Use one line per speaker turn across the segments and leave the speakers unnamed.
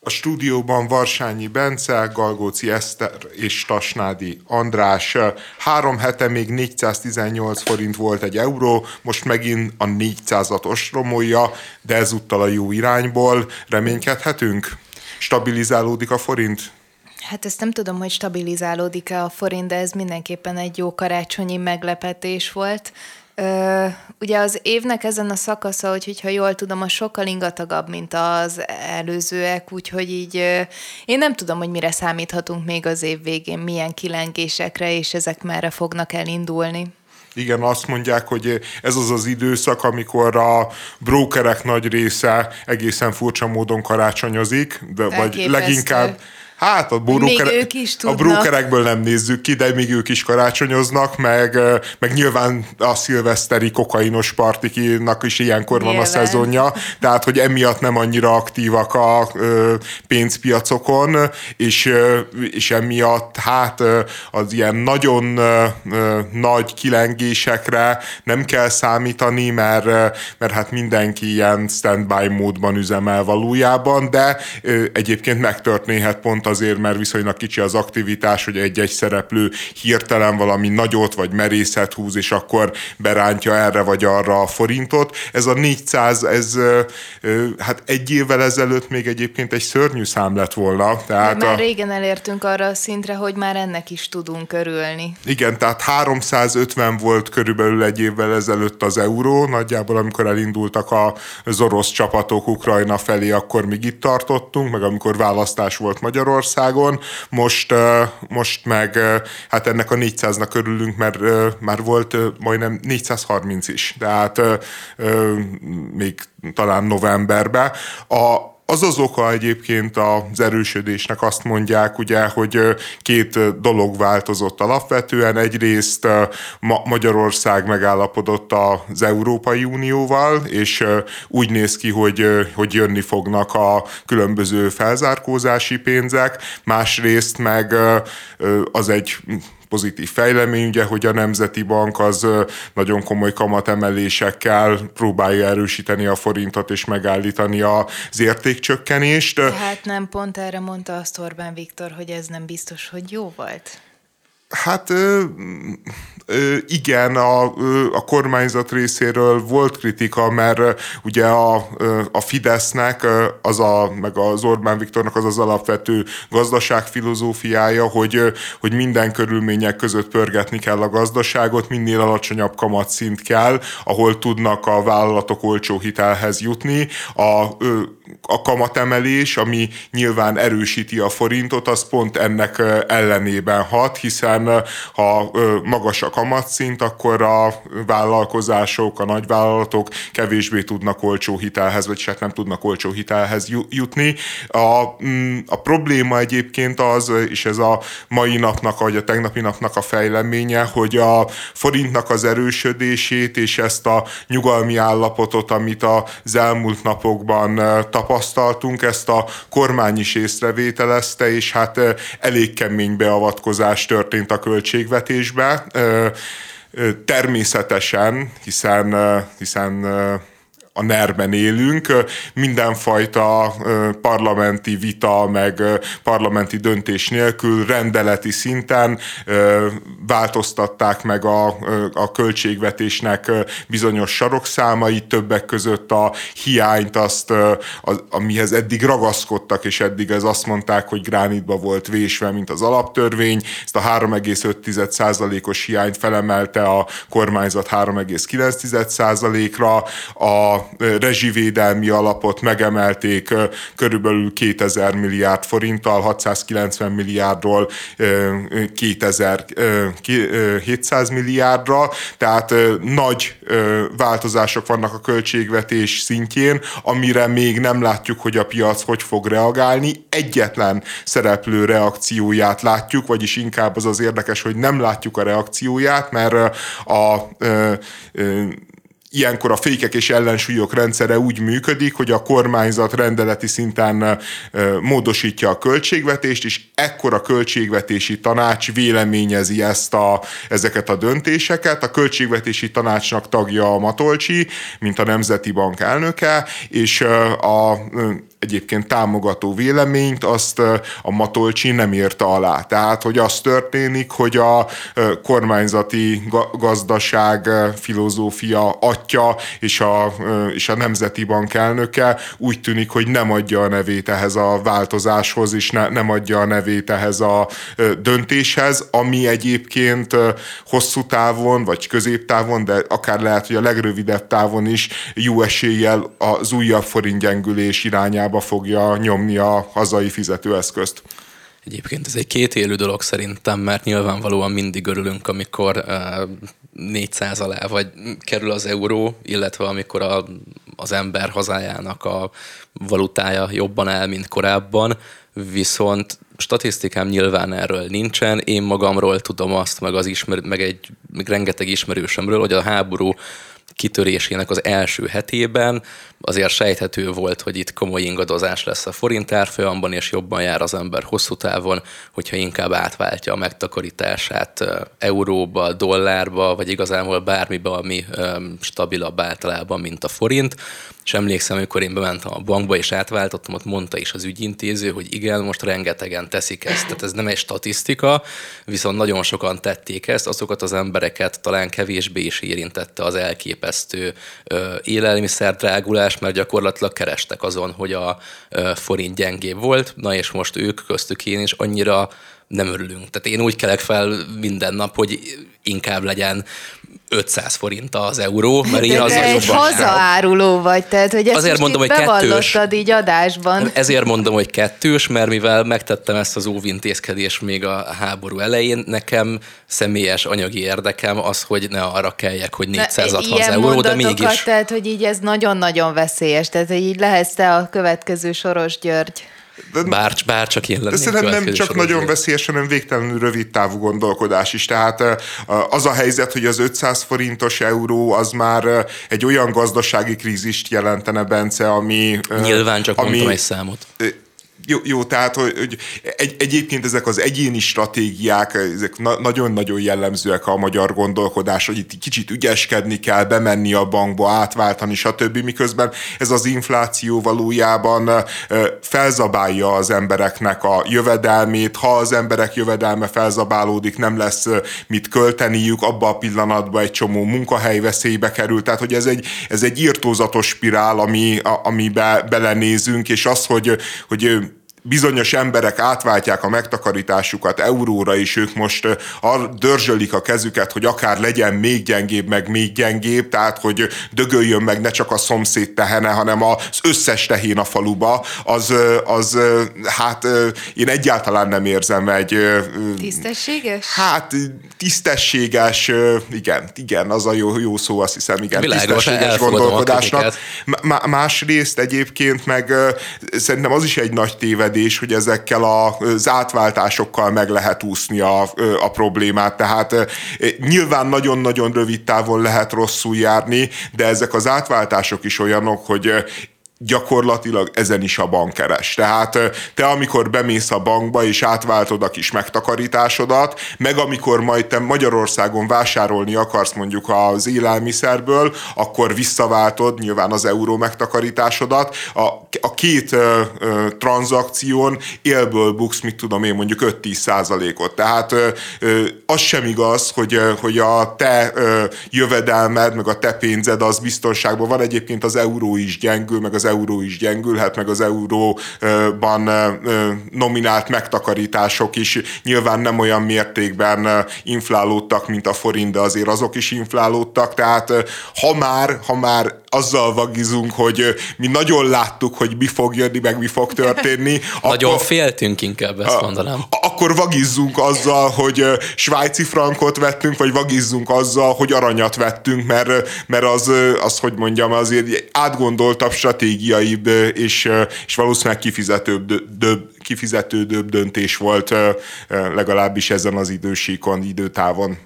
A stúdióban Varsányi Bence, Galgóci Eszter és Tasnádi András. 3 hete még 418 forint volt egy euró, most megint a 400-at ostromolja, de ezúttal a jó irányból. Reménykedhetünk? Stabilizálódik a forint?
Hát ezt nem tudom, hogy stabilizálódik-e a forint, de ez mindenképpen egy jó karácsonyi meglepetés volt. Ugye az évnek ezen a szakasza, hogyha jól tudom, az sokkal ingatagabb, mint az előzőek, úgyhogy így én nem tudom, hogy mire számíthatunk még az év végén, milyen kilengésekre, és ezek merre fognak elindulni.
Igen, azt mondják, hogy ez az az időszak, amikor a brókerek nagy része egészen furcsa módon karácsonyozik, vagy leginkább... Hát a brókerekből nem nézzük ki, de még ők is karácsonyoznak, meg nyilván a szilveszteri kokainos partikinak is ilyenkor van a szezonja, tehát hogy emiatt nem annyira aktívak a pénzpiacokon, és emiatt hát az ilyen nagyon nagy kilengésekre nem kell számítani, mert hát mindenki ilyen standby módban üzemel valójában, de egyébként megtörténhet pont azért, mert viszonylag kicsi az aktivitás, hogy egy-egy szereplő hirtelen valami nagyot vagy merészet húz, és akkor berántja erre vagy arra a forintot. Ez a 400, ez hát egy évvel ezelőtt még egyébként egy szörnyű szám lett volna. Tehát
már régen elértünk arra a szintre, hogy már ennek is tudunk örülni.
Igen, tehát 350 volt körülbelül egy évvel ezelőtt az euró, nagyjából amikor elindultak az orosz csapatok Ukrajna felé, akkor még itt tartottunk, meg amikor választás volt Magyarországon. Most meg hát ennek a 400-nak örülünk, mert már volt majdnem 430 is, tehát még talán novemberben. Az az oka egyébként az erősödésnek, azt mondják, ugye, hogy két dolog változott alapvetően. Egyrészt Magyarország megállapodott az Európai Unióval, és úgy néz ki, hogy jönni fognak a különböző felzárkózási pénzek. Másrészt meg az egy pozitív fejlemény, ugye, hogy a Nemzeti Bank az nagyon komoly kamatemelésekkel próbálja erősíteni a forintot és megállítani az értékcsökkenést.
Hát nem pont erre mondta azt Orbán Viktor, hogy ez nem biztos, hogy jó volt?
Hát igen, a kormányzat részéről volt kritika, mert ugye a Fidesznek, meg az Orbán Viktornak az alapvető gazdaságfilozófiája, hogy minden körülmények között pörgetni kell a gazdaságot, minél alacsonyabb kamatszint kell, ahol tudnak a vállalatok olcsó hitelhez jutni. A kamatemelés, ami nyilván erősíti a forintot, az pont ennek ellenében hat, hiszen ha magas a kamatszint, akkor a vállalkozások, a nagyvállalatok kevésbé tudnak olcsó hitelhez, vagy hát nem tudnak olcsó hitelhez jutni. A probléma egyébként az, és ez a mai napnak, vagy a tegnapi napnak a fejleménye, hogy a forintnak az erősödését és ezt a nyugalmi állapotot, amit az elmúlt napokban tapasztaltunk, ezt a kormány is észrevételezte, és hát elég kemény beavatkozás történt a költségvetésbe. Természetesen, hiszen a NER-ben élünk, mindenfajta parlamenti vita, meg parlamenti döntés nélkül rendeleti szinten változtatták meg a költségvetésnek bizonyos sarokszámait, többek között a hiányt, amihez eddig ragaszkodtak, és eddig azt mondták, hogy gránitba volt vésve, mint az alaptörvény. Ezt a 3,5%-os hiányt felemelte a kormányzat 3,9%-ra, a rezsivédelmi alapot megemelték körülbelül 2000 milliárd forinttal, 690 milliárdról 2700 milliárdra, tehát nagy változások vannak a költségvetés szintjén, amire még nem látjuk, hogy a piac hogy fog reagálni. Egyetlen szereplő reakcióját látjuk, vagyis inkább az érdekes, hogy nem látjuk a reakcióját, mert ilyenkor a fékek és ellensúlyok rendszere úgy működik, hogy a kormányzat rendeleti szinten módosítja a költségvetést, és ekkor a költségvetési tanács véleményezi ezeket a döntéseket. A költségvetési tanácsnak tagja a Matolcsi, mint a Nemzeti Bank elnöke, és egyébként támogató véleményt, azt a Matolcsi nem írta alá. Tehát, hogy az történik, hogy a kormányzati gazdaság filozófia atya és a Nemzeti Bank elnöke úgy tűnik, hogy nem adja a nevét ehhez a változáshoz, és nem adja a nevét ehhez a döntéshez, ami egyébként hosszú távon, vagy középtávon, de akár lehet, hogy a legrövidebb távon is jó eséllyel az újabb forintgyengülés irányába fogja nyomni a hazai fizetőeszközt.
Egyébként ez egy kétélű dolog szerintem, mert nyilvánvalóan mindig örülünk, amikor 400 alá vagy kerül az euró, illetve amikor az ember hazájának a valutája jobban áll, mint korábban, viszont statisztikám nyilván erről nincsen. Én magamról tudom azt, meg rengeteg ismerősömről, hogy a háború kitörésének az első hetében azért sejthető volt, hogy itt komoly ingadozás lesz a forint árfolyamban, és jobban jár az ember hosszú távon, hogyha inkább átváltja a megtakarítását euróba, dollárba, vagy igazából bármibe, ami stabilabb általában, mint a forint. És emlékszem, amikor én bementem a bankba és átváltottam, ott mondta is az ügyintéző, hogy igen, most rengetegen teszik ezt. Tehát ez nem egy statisztika, viszont nagyon sokan tették ezt, azokat az embereket talán kevésbé is érintette az elképesztő élelmiszerdrágulás, mert gyakorlatilag kerestek azon, hogy a forint gyengébb volt, na és most ők, köztük én is annyira nem örülünk. Tehát én úgy kelek fel minden nap, hogy inkább legyen 500 forint az euró, mert én az
egy hazaáruló vagy, tehát hogy ezt azért mondom, hogy bevallottad így adásban.
Ezért mondom, hogy kettős, mert mivel megtettem ezt az óvintézkedést még a háború elején, nekem személyes anyagi érdekem az, hogy ne arra kelljek, hogy 460 euró, de mégis.
Tehát, hogy így ez nagyon-nagyon veszélyes, tehát hogy így lehetsz te a következő Soros György.
Bár csak én lennék.
Szerintem nem csak nagyon veszélyes, hanem végtelenül rövid távú gondolkodás is. Tehát az a helyzet, hogy az 500 forintos euró az már egy olyan gazdasági krízist jelentene, Bence, ami...
Nyilván csak mondtam egy számot.
Jó, tehát hogy egyébként ezek az egyéni stratégiák, ezek nagyon-nagyon jellemzőek a magyar gondolkodás, hogy itt kicsit ügyeskedni kell, bemenni a bankba, átváltani, stb. Miközben ez az infláció valójában felzabálja az embereknek a jövedelmét. Ha az emberek jövedelme felzabálódik, nem lesz mit költeniük, abban a pillanatban egy csomó munkahely veszélybe kerül. Tehát, hogy ez egy irtózatos spirál, amibe belenézünk, és az, hogy bizonyos emberek átváltják a megtakarításukat euróra, és ők most dörzsölik a kezüket, hogy akár legyen még gyengébb, meg még gyengébb, tehát hogy dögöljön meg ne csak a szomszéd tehene, hanem az összes tehén a faluba, az hát én egyáltalán nem érzem egy...
Tisztességes?
Hát tisztességes, igen, az a jó szó, azt hiszem, igen,
világos,
tisztességes gondolkodásnak. Másrészt egyébként meg szerintem az is egy nagy tévedés, hogy ezekkel az átváltásokkal meg lehet úszni a problémát. Tehát nyilván nagyon-nagyon rövid távon lehet rosszul járni, de ezek az átváltások is olyanok, hogy gyakorlatilag ezen is a bank keres. Tehát te amikor bemész a bankba és átváltod a kis megtakarításodat, meg amikor majd te Magyarországon vásárolni akarsz mondjuk az élelmiszerből, akkor visszaváltod nyilván az euró megtakarításodat. A két tranzakción élből buksz, mit tudom én, mondjuk 5-10%-ot. Tehát az sem igaz, hogy a te jövedelmed, meg a te pénzed az biztonságban van. Egyébként az euró is gyengül, meg az euró is gyengülhet, meg az euróban nominált megtakarítások is nyilván nem olyan mértékben inflálódtak, mint a forint, de azért azok is inflálódtak. Tehát ha már azzal vagizunk, hogy mi nagyon láttuk, hogy mi fog jönni, meg mi fog történni.
Nagyon féltünk, inkább ezt mondanám.
Akkor vagizzunk azzal, hogy svájci frankot vettünk, vagy vagizzunk azzal, hogy aranyat vettünk, mert az hogy mondjam, azért átgondoltabb, stratégiaibb és valószínűleg kifizetődőbb döntés volt legalábbis ezen az időtávon.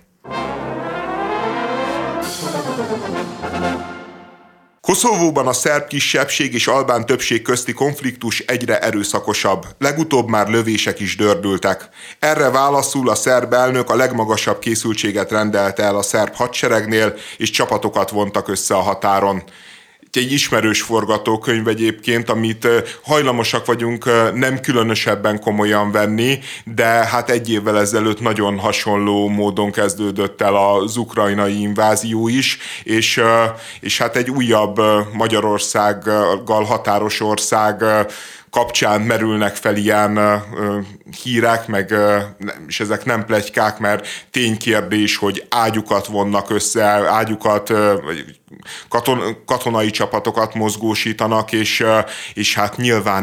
Koszovóban a szerb kisebbség és albán többség közti konfliktus egyre erőszakosabb. Legutóbb már lövések is dördültek. Erre válaszul a szerb elnök a legmagasabb készültséget rendelte el a szerb hadseregnél, és csapatokat vontak össze a határon. egy ismerős forgatókönyv egyébként, amit hajlamosak vagyunk nem különösebben komolyan venni, de hát egy évvel ezelőtt nagyon hasonló módon kezdődött el az ukrajnai invázió is, és hát egy újabb Magyarországgal határos ország kapcsán merülnek fel ilyen hírek, és ezek nem pletykák, mert ténykérdés, hogy ágyukat vonnak össze, katonai csapatokat mozgósítanak, és hát nyilván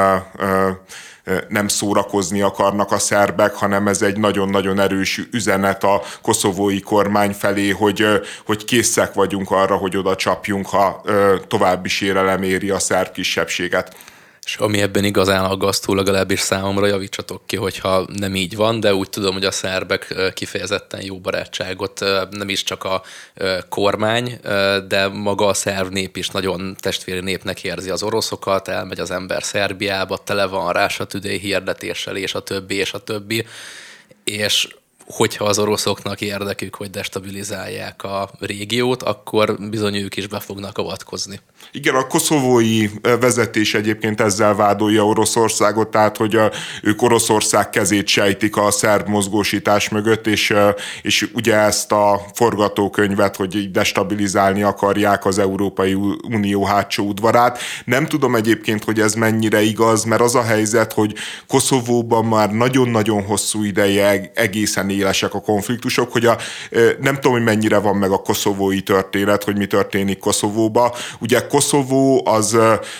nem szórakozni akarnak a szerbek, hanem ez egy nagyon-nagyon erős üzenet a koszovói kormány felé, hogy készek vagyunk arra, hogy oda csapjunk, ha további sérelem éri a szerb kisebbséget.
És ami ebben igazán aggasztó, legalábbis számomra, javítsatok ki, hogyha nem így van, de úgy tudom, hogy a szerbek kifejezetten jó barátságot, nem is csak a kormány, de maga a szerb nép is nagyon testvéri népnek érzi az oroszokat, elmegy az ember Szerbiába, tele van Russia Today hirdetéssel, és a többi. És hogyha az oroszoknak érdekük, hogy destabilizálják a régiót, akkor bizony ők is be fognak avatkozni.
Igen, a koszovói vezetés egyébként ezzel vádolja Oroszországot, tehát hogy ők Oroszország kezét sejtik a szerb mozgósítás mögött, és ugye ezt a forgatókönyvet, hogy destabilizálni akarják az Európai Unió hátsó udvarát. Nem tudom egyébként, hogy ez mennyire igaz, mert az a helyzet, hogy Koszovóban már nagyon-nagyon hosszú ideje egészen élesek a konfliktusok, hogy nem tudom, hogy mennyire van meg a koszovói történet, hogy mi történik Koszovóba. Ugye Koszovó az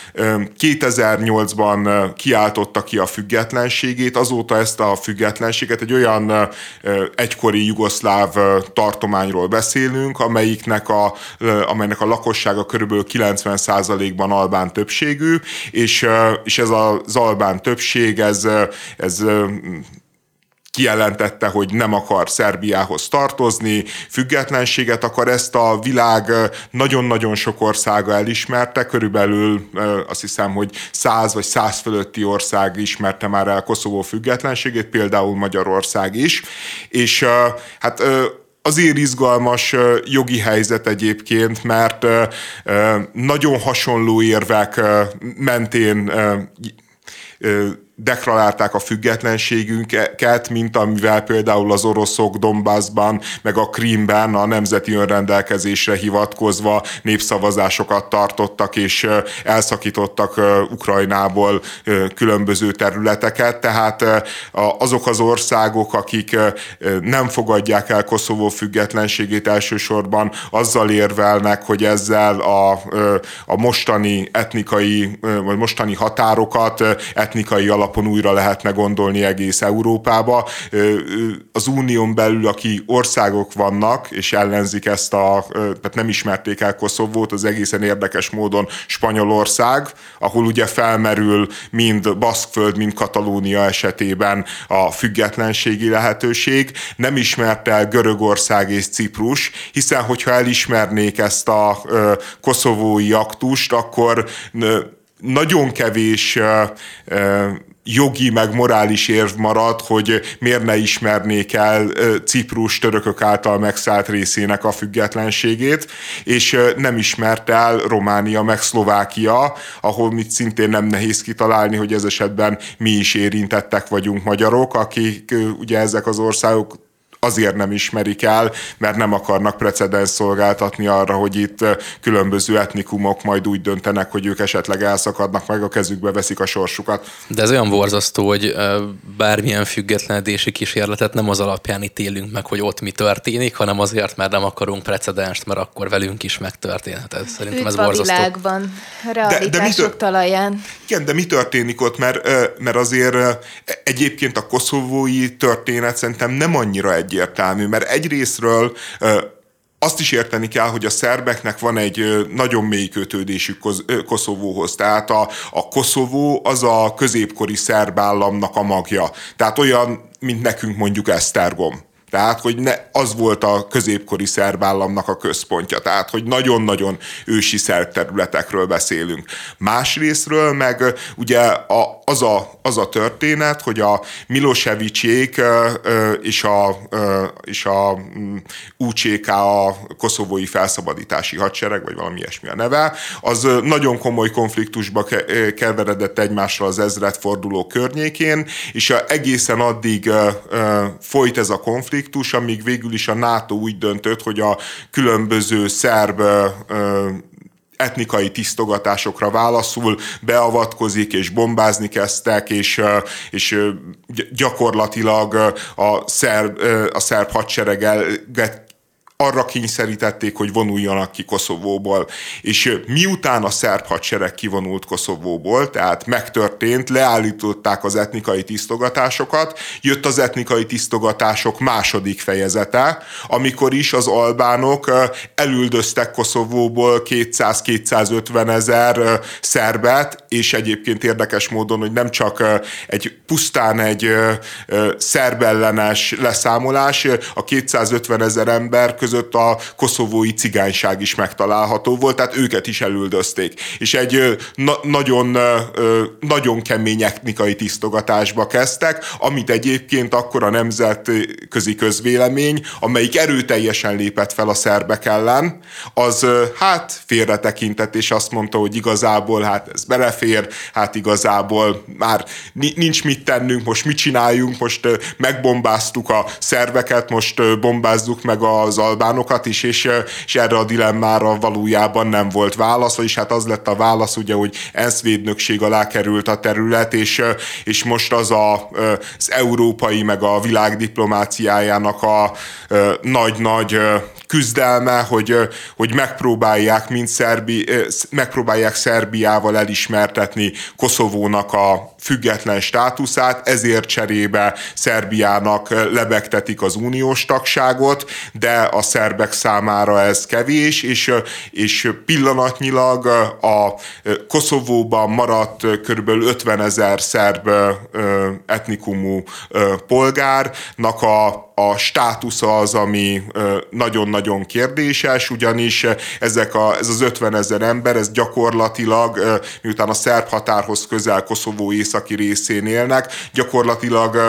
2008-ban kiáltotta ki a függetlenségét, azóta ezt a függetlenséget egy olyan egykori jugoszláv tartományról beszélünk, amelynek a lakossága körülbelül 90%-ban albán többségű, és ez az albán többség, ez kijelentette, hogy nem akar Szerbiához tartozni, függetlenséget akar, ezt a világ nagyon-nagyon sok országa elismerte, körülbelül azt hiszem, hogy 100 vagy 100 fölötti ország ismerte már el Koszovó függetlenségét, például Magyarország is, és hát azért izgalmas jogi helyzet egyébként, mert nagyon hasonló érvek mentén deklarálták a függetlenségünket, mint amivel például az oroszok Donbassban, meg a Krímben a nemzeti önrendelkezésre hivatkozva népszavazásokat tartottak, és elszakítottak Ukrajnából különböző területeket. Tehát azok az országok, akik nem fogadják el Koszovó függetlenségét, elsősorban azzal érvelnek, hogy ezzel a mostani etnikai, vagy mostani határokat etnikai alapon újra lehetne gondolni egész Európába. Az unión belül, aki országok vannak, és ellenzik ezt tehát nem ismerték el Koszovót, az egészen érdekes módon Spanyolország, ahol ugye felmerül mind Baszkföld, mind Katalónia esetében a függetlenségi lehetőség. Nem ismerte el Görögország és Ciprus, hiszen hogyha elismernék ezt a koszovói aktust, akkor nagyon kevés jogi meg morális érv marad, hogy miért ne ismernék el Ciprus törökök által megszállt részének a függetlenségét, és nem ismerte el Románia meg Szlovákia, ahol mit szintén nem nehéz kitalálni, hogy ez esetben mi is érintettek vagyunk magyarok, akik ugye ezek az országok azért nem ismerik el, mert nem akarnak precedens szolgáltatni arra, hogy itt különböző etnikumok majd úgy döntenek, hogy ők esetleg elszakadnak, meg a kezükbe veszik a sorsukat.
De ez olyan borzasztó, hogy bármilyen függetlenedési kísérletet nem az alapján ítélünk meg, hogy ott mi történik, hanem azért, mert nem akarunk precedenst, mert akkor velünk is megtörténhet. Ez szerintem ez borzasztó.
A világban, realitások talaján.
Igen, de mi történik ott? Mert azért egyébként a koszovói történet szerintem nem annyira egyértelmű, mert egyrészről azt is érteni kell, hogy a szerbeknek van egy nagyon mély kötődésük Koszovóhoz. Tehát a Koszovó az a középkori szerb államnak a magja. Tehát olyan, mint nekünk mondjuk Esztergom. Tehát, hogy az volt a középkori szerb államnak a központja. Tehát, hogy nagyon-nagyon ősi szerb területekről beszélünk. Másrésztről meg ugye az a történet, hogy a Milosevicsék és a UÇK, a koszovói felszabadítási hadsereg, vagy valami ilyesmi a neve, az nagyon komoly konfliktusba keveredett egymással az ezredforduló környékén, és egészen addig folyt ez a konfliktus, amíg végül is a NATO úgy döntött, hogy a különböző szerb etnikai tisztogatásokra válaszul beavatkozik, és bombázni kezdtek, és gyakorlatilag a szerb hadsereget arra kényszerítették, hogy vonuljanak ki Koszovóból. És miután a szerb hadsereg kivonult Koszovóból, tehát megtörtént, leállították az etnikai tisztogatásokat, jött az etnikai tisztogatások második fejezete, amikor is az albánok elüldöztek Koszovóból 200-250 ezer szerbet, és egyébként érdekes módon, hogy nem csak pusztán egy szerbellenes leszámolás, a 250 ezer ember között a koszovói cigányság is megtalálható volt, tehát őket is elüldözték. És egy nagyon kemény etnikai tisztogatásba kezdtek, amit egyébként akkor a nemzetközi közvélemény, amelyik erőteljesen lépett fel a szerbek ellen, az hát félretekintett, és azt mondta, hogy igazából hát ez belefér, hát igazából már nincs mit tennünk, most mit csináljunk, most megbombáztuk a szerbeket, most bombázzuk meg az albánokat is, és erre a dilemmára valójában nem volt válasz, vagyis hát az lett a válasz, ugye, hogy ENSZ védnökség alá került a terület, és most az európai meg a világ diplomáciájának a nagy-nagy küzdelme, hogy megpróbálják Szerbiával elismertetni Koszovónak a független státuszát, ezért cserébe Szerbiának lebegtetik az uniós tagságot, de a szerbek számára ez kevés, és pillanatnyilag a Koszovóban maradt kb. 50 ezer szerb etnikumú polgárnak a státusza az, ami nagyon-nagyon kérdéses, ugyanis ez az 50 ezer ember, ez gyakorlatilag, miután a szerb határhoz közel Koszovó északi részén élnek, gyakorlatilag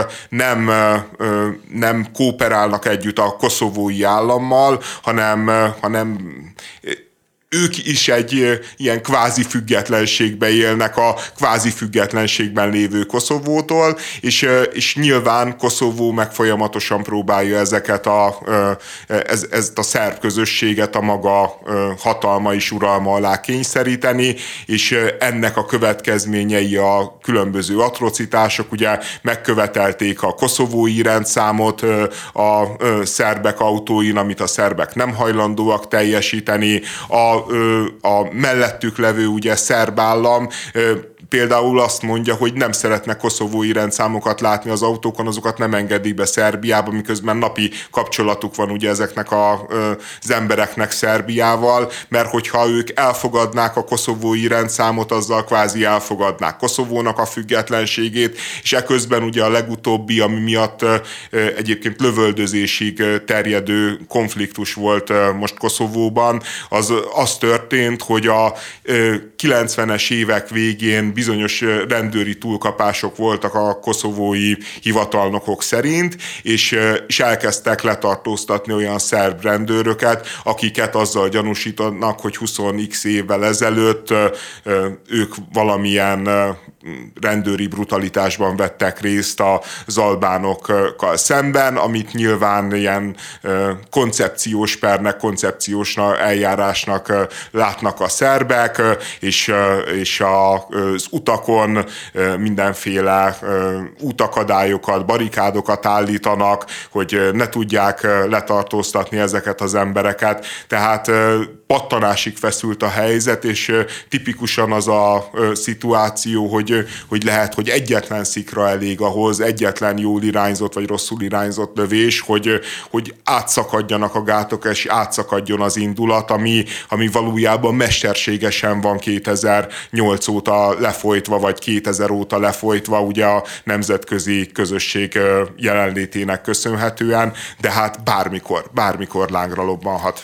nem kooperálnak együtt a koszovói állammal, hanem ők is egy ilyen kvázi függetlenségbe élnek a kvázi függetlenségben lévő Koszovótól, és nyilván Koszovó meg folyamatosan próbálja ezt a szerb közösséget a maga hatalma és uralma alá kényszeríteni, és ennek a következményei a különböző atrocitások, ugye megkövetelték a koszovói rendszámot a szerbek autóin, amit a szerbek nem hajlandóak teljesíteni, a mellettük levő ugye szerb állam például azt mondja, hogy nem szeretne koszovói rendszámokat látni az autókon, azokat nem engedik be Szerbiába, miközben napi kapcsolatuk van ugye ezeknek az embereknek Szerbiával, mert hogyha ők elfogadnák a koszovói rendszámot, azzal kvázi elfogadnák Koszovónak a függetlenségét, és eközben ugye a legutóbbi, ami miatt egyébként lövöldözésig terjedő konfliktus volt most Koszovóban, az történt, hogy a 90-es évek végén bizonyos rendőri túlkapások voltak a koszovói hivatalnokok szerint, és elkezdtek letartóztatni olyan szerb rendőröket, akiket azzal gyanúsítanak, hogy 20x évvel ezelőtt ők valamilyen rendőri brutalitásban vettek részt az albánokkal szemben, amit nyilván ilyen koncepciós pernek, koncepciós eljárásnak látnak a szerbek, és az utakon mindenféle útakadályokat, barikádokat állítanak, hogy ne tudják letartóztatni ezeket az embereket. Tehát pattanásig feszült a helyzet, és tipikusan az a szituáció, hogy hogy lehet, hogy egyetlen szikra elég ahhoz, egyetlen jól irányzott vagy rosszul irányzott lövés, hogy átszakadjanak a gátok, és átszakadjon az indulat, ami valójában mesterségesen van 2008 óta lefolytva, vagy 2000 óta lefolytva, ugye a nemzetközi közösség jelenlétének köszönhetően, de hát bármikor lángra lobbanhat.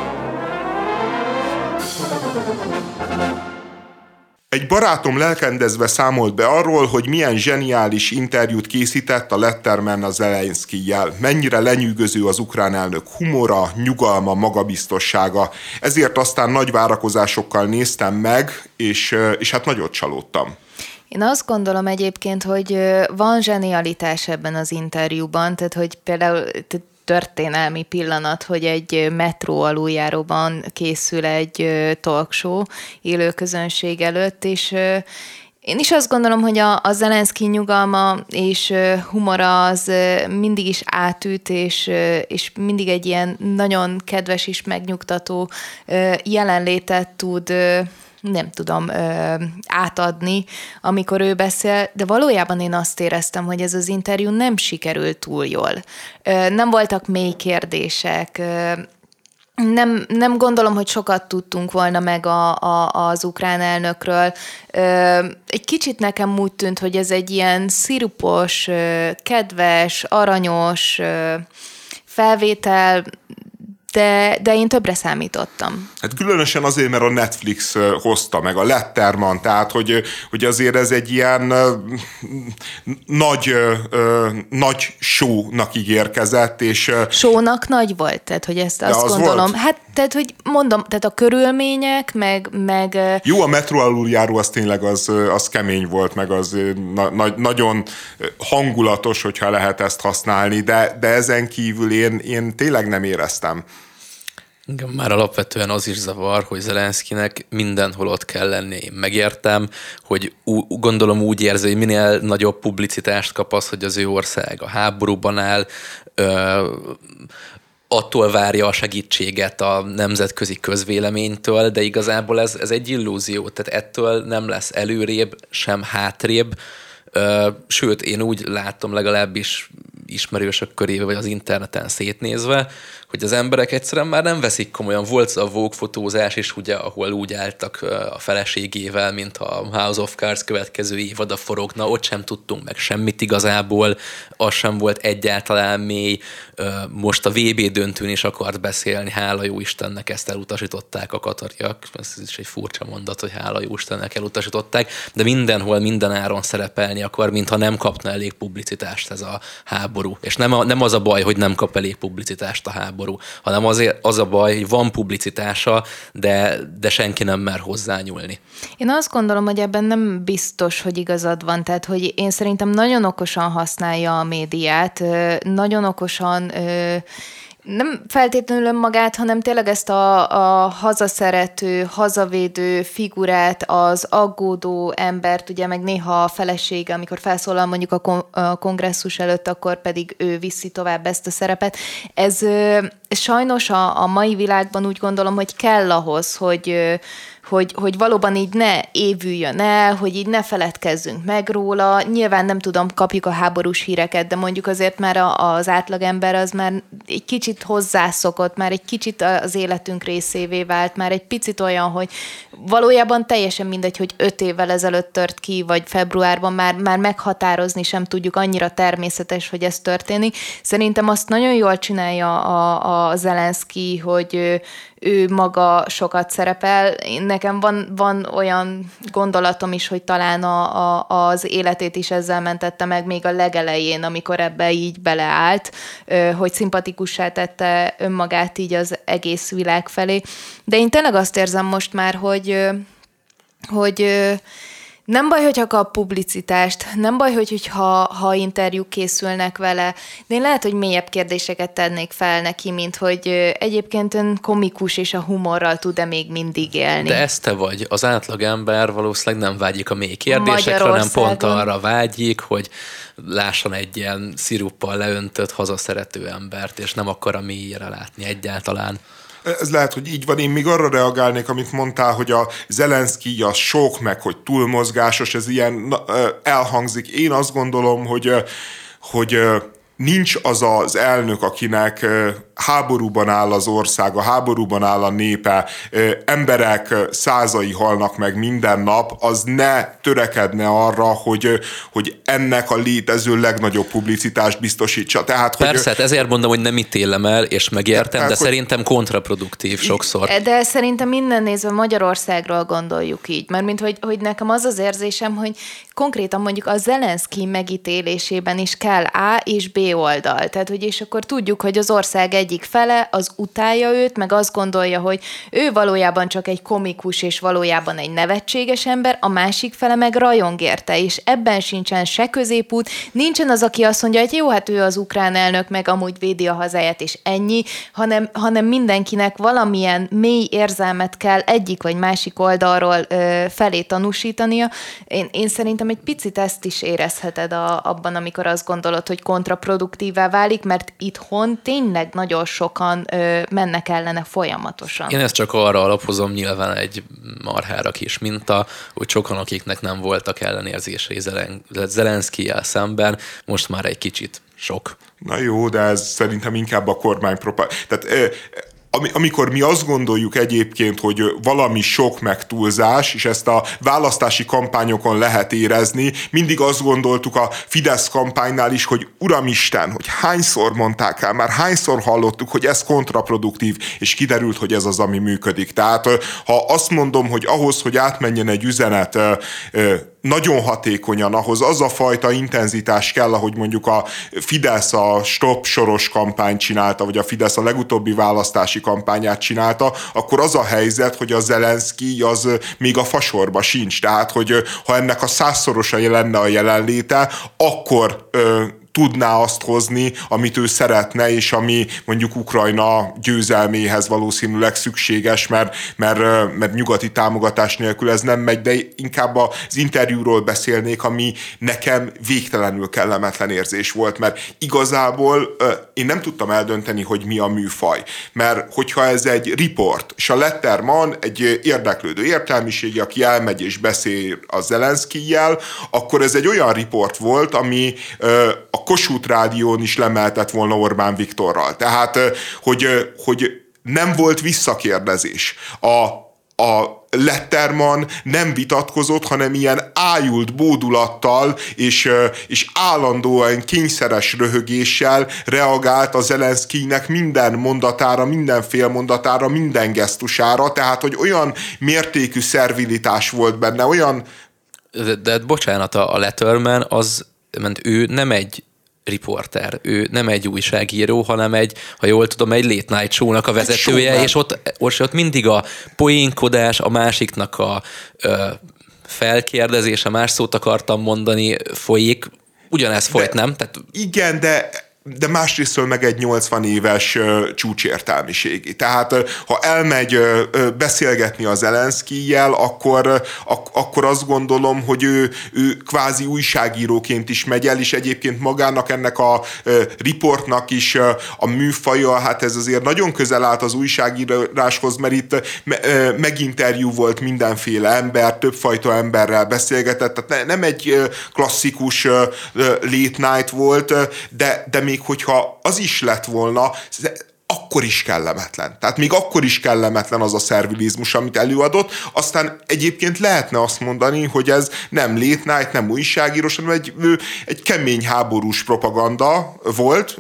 Egy barátom lelkendezve számolt be arról, hogy milyen zseniális interjút készített a Letterman a Zelenszkijjel. Mennyire lenyűgöző az ukrán elnök humora, nyugalma, magabiztossága. Ezért aztán nagy várakozásokkal néztem meg, és hát nagyot csalódtam.
Én azt gondolom egyébként, hogy van zsenialitás ebben az interjúban, tehát hogy például történelmi pillanat, hogy egy metró aluljáróban készül egy talkshow élő közönség előtt, és én is azt gondolom, hogy a Zelenszky nyugalma és humora az mindig is átüt, és mindig egy ilyen nagyon kedves és megnyugtató jelenlétet tud nem tudom átadni, amikor ő beszél, de valójában én azt éreztem, hogy ez az interjú nem sikerült túl jól. Nem voltak mély kérdések, nem gondolom, hogy sokat tudtunk volna meg az ukrán elnökről. Egy kicsit nekem úgy tűnt, hogy ez egy ilyen szirupos, kedves, aranyos felvétel, de én többre számítottam.
Hát különösen azért, mert a Netflix hozta meg, a Letterman, tehát hogy azért ez egy ilyen nagy show-nak ígérkezett, és...
Show-nak nagy volt, tehát hogy ezt azt gondolom. Volt? Hát, tehát hogy mondom, tehát a körülmények, meg...
Jó, a metró aluljáró az tényleg az kemény volt, meg az nagyon hangulatos, hogyha lehet ezt használni, de ezen kívül én tényleg nem éreztem.
Igen, már alapvetően az is zavar, hogy Zelenszkynek mindenhol ott kell lenni. Én megértem, hogy gondolom úgy érzi, hogy minél nagyobb publicitást kap az, hogy az ő ország a háborúban áll, attól várja a segítséget a nemzetközi közvéleménytől, de igazából ez egy illúzió, tehát ettől nem lesz előrébb, sem hátrébb. Sőt, én úgy látom legalábbis ismerősök körébe, vagy az interneten szétnézve, hogy az emberek egyszerűen már nem veszik komolyan. Volt a Vogue fotózás is, ugye, ahol úgy álltak a feleségével, mint a House of Cards következő évada forogna, ott sem tudtunk meg semmit igazából, az sem volt egyáltalán mély. Most a VB döntőn is akart beszélni, hála jó Istennek ezt elutasították a katariak, ez is egy furcsa mondat, hogy hála jó Istennek elutasították, de mindenhol, minden áron szerepelni akar, mintha nem kapna elég publicitást ez a háború. És nem az a baj, hogy nem kap elég publicitást a háború, hanem azért az a baj, hogy van publicitása, de senki nem mer hozzányúlni.
Én azt gondolom, hogy ebben nem biztos, hogy igazad van. Tehát, hogy én szerintem nagyon okosan használja a médiát, nagyon okosan nem feltétlenül önmagát, hanem tényleg ezt a hazaszerető, hazavédő figurát, az aggódó embert, ugye meg néha a felesége, amikor felszólal mondjuk a kongresszus előtt, akkor pedig ő viszi tovább ezt a szerepet. Ez sajnos a mai világban úgy gondolom, hogy kell ahhoz, hogy valóban így ne évüljön el, hogy így ne feledkezzünk meg róla. Nyilván nem tudom, kapjuk a háborús híreket, de mondjuk azért már az átlagember az már egy kicsit hozzászokott, már egy kicsit az életünk részévé vált, már egy picit olyan, hogy valójában teljesen mindegy, hogy 5 évvel ezelőtt tört ki, vagy februárban már meghatározni sem tudjuk, annyira természetes, hogy ez történik. Szerintem azt nagyon jól csinálja a Zelenszky, hogy ő maga sokat szerepel. Nekem van olyan gondolatom is, hogy talán az életét is ezzel mentette meg még a legelején, amikor ebbe így beleállt, hogy szimpatikussá tette önmagát így az egész világ felé. De én tényleg azt érzem most már, hogy nem baj, hogyha kap publicitást, nem baj, hogyha interjúk készülnek vele, de én lehet, hogy mélyebb kérdéseket tennék fel neki, mint hogy egyébként ön komikus és a humorral tud-e még mindig élni.
De ez te vagy. Az átlagember valószínűleg nem vágyik a mély kérdésekre, hanem pont arra vágyik, hogy lásson egy ilyen sziruppal leöntött, hazaszerető embert, és nem akar a mélyére látni egyáltalán.
Ez lehet, hogy így van. Én még arra reagálnék, amit mondtál, hogy a Zelenszkij az sok, meg hogy túlmozgásos, ez ilyen elhangzik. Én azt gondolom, hogy nincs az az elnök, akinek háborúban áll az országa, háborúban áll a népe, emberek százai halnak meg minden nap, az ne törekedne arra, hogy ennek a létező legnagyobb publicitást biztosítsa. Tehát,
persze, hát ezért mondom, hogy nem ítélem el, és megértem, de szerintem kontraproduktív sokszor.
De szerintem minden nézve Magyarországról gondoljuk így, mert mint hogy nekem az az érzésem, hogy konkrétan mondjuk a Zelenszkij megítélésében is kell A és B oldal. Tehát, hogy és akkor tudjuk, hogy az ország egyik fele az utálja őt, meg azt gondolja, hogy ő valójában csak egy komikus, és valójában egy nevetséges ember, a másik fele meg rajong érte, és ebben sincsen se középút, nincsen az, aki azt mondja, hogy jó, hát ő az ukrán elnök, meg amúgy védi a hazáját, és ennyi, hanem mindenkinek valamilyen mély érzelmet kell egyik vagy másik oldalról felé tanúsítania. Én szerintem egy picit ezt is érezheted abban, amikor azt gondolod, hogy kontraproduktívá válik, mert itthon tényleg nagyon sokan mennek ellene folyamatosan.
Én ezt csak arra alapozom, nyilván egy marhára kis minta, hogy sokan, akiknek nem voltak ellenérzései Zelenszkijjel szemben, most már egy kicsit sok.
Na jó, de ez szerintem inkább a kormánypropaganda. Tehát amikor mi azt gondoljuk egyébként, hogy valami sok meg túlzás, és ezt a választási kampányokon lehet érezni, mindig azt gondoltuk a Fidesz kampánynál is, hogy Uramisten, hogy hányszor mondták el, már hányszor hallottuk, hogy ez kontraproduktív, és kiderült, hogy ez az, ami működik. Tehát ha azt mondom, hogy ahhoz, hogy átmenjen egy üzenet nagyon hatékonyan, ahhoz az a fajta intenzitás kell, ahogy mondjuk a Fidesz a Stop Soros kampányt csinálta, vagy a Fidesz a legutóbbi választási kampányát csinálta, akkor az a helyzet, hogy a Zelenszkij az még a fasorba sincs. Tehát, hogy ha ennek a 100-szorosa lenne a jelenléte, akkor tudná azt hozni, amit ő szeretne, és ami mondjuk Ukrajna győzelméhez valószínűleg szükséges, mert nyugati támogatás nélkül ez nem megy, de inkább az interjúról beszélnék, ami nekem végtelenül kellemetlen érzés volt, mert igazából én nem tudtam eldönteni, hogy mi a műfaj. Mert hogyha ez egy riport, és a Letterman egy érdeklődő értelmiségi, aki elmegy és beszél a Zelenszkijjel, akkor ez egy olyan riport volt, ami a Kossuth Rádión is lemeltett volna Orbán Viktorral. Tehát, hogy nem volt visszakérdezés. A Letterman nem vitatkozott, hanem ilyen ájult bódulattal és állandóan kényszeres röhögéssel reagált a Zelenszkijnek minden mondatára, minden félmondatára, minden gesztusára, tehát, hogy olyan mértékű szervilitás volt benne, olyan...
De bocsánat, a Letterman mert ő nem egy riporter, ő nem egy újságíró, hanem ha jól tudom, egy late night show-nak a vezetője, és ott mindig a poénkodás, a másiknak a felkérdezése, más szót akartam mondani, folyik. Ugyanez folyt, nem? Tehát...
Igen, de másrésztől meg egy 80 éves csúcsértelmiségi. Tehát ha elmegy beszélgetni a Zelenszkijjel, akkor azt gondolom, hogy ő kvázi újságíróként is megy el, és egyébként magának ennek a riportnak is a műfaja, hát ez azért nagyon közel állt az újságíráshoz, mert itt meginterjú volt mindenféle ember, többfajta emberrel beszélgetett, tehát nem egy klasszikus late night volt, de még hogyha az is lett volna, akkor is kellemetlen. Tehát még akkor is kellemetlen az a szervilizmus, amit előadott. Aztán egyébként lehetne azt mondani, hogy ez nem late night, nem újságírós, hanem egy kemény háborús propaganda volt.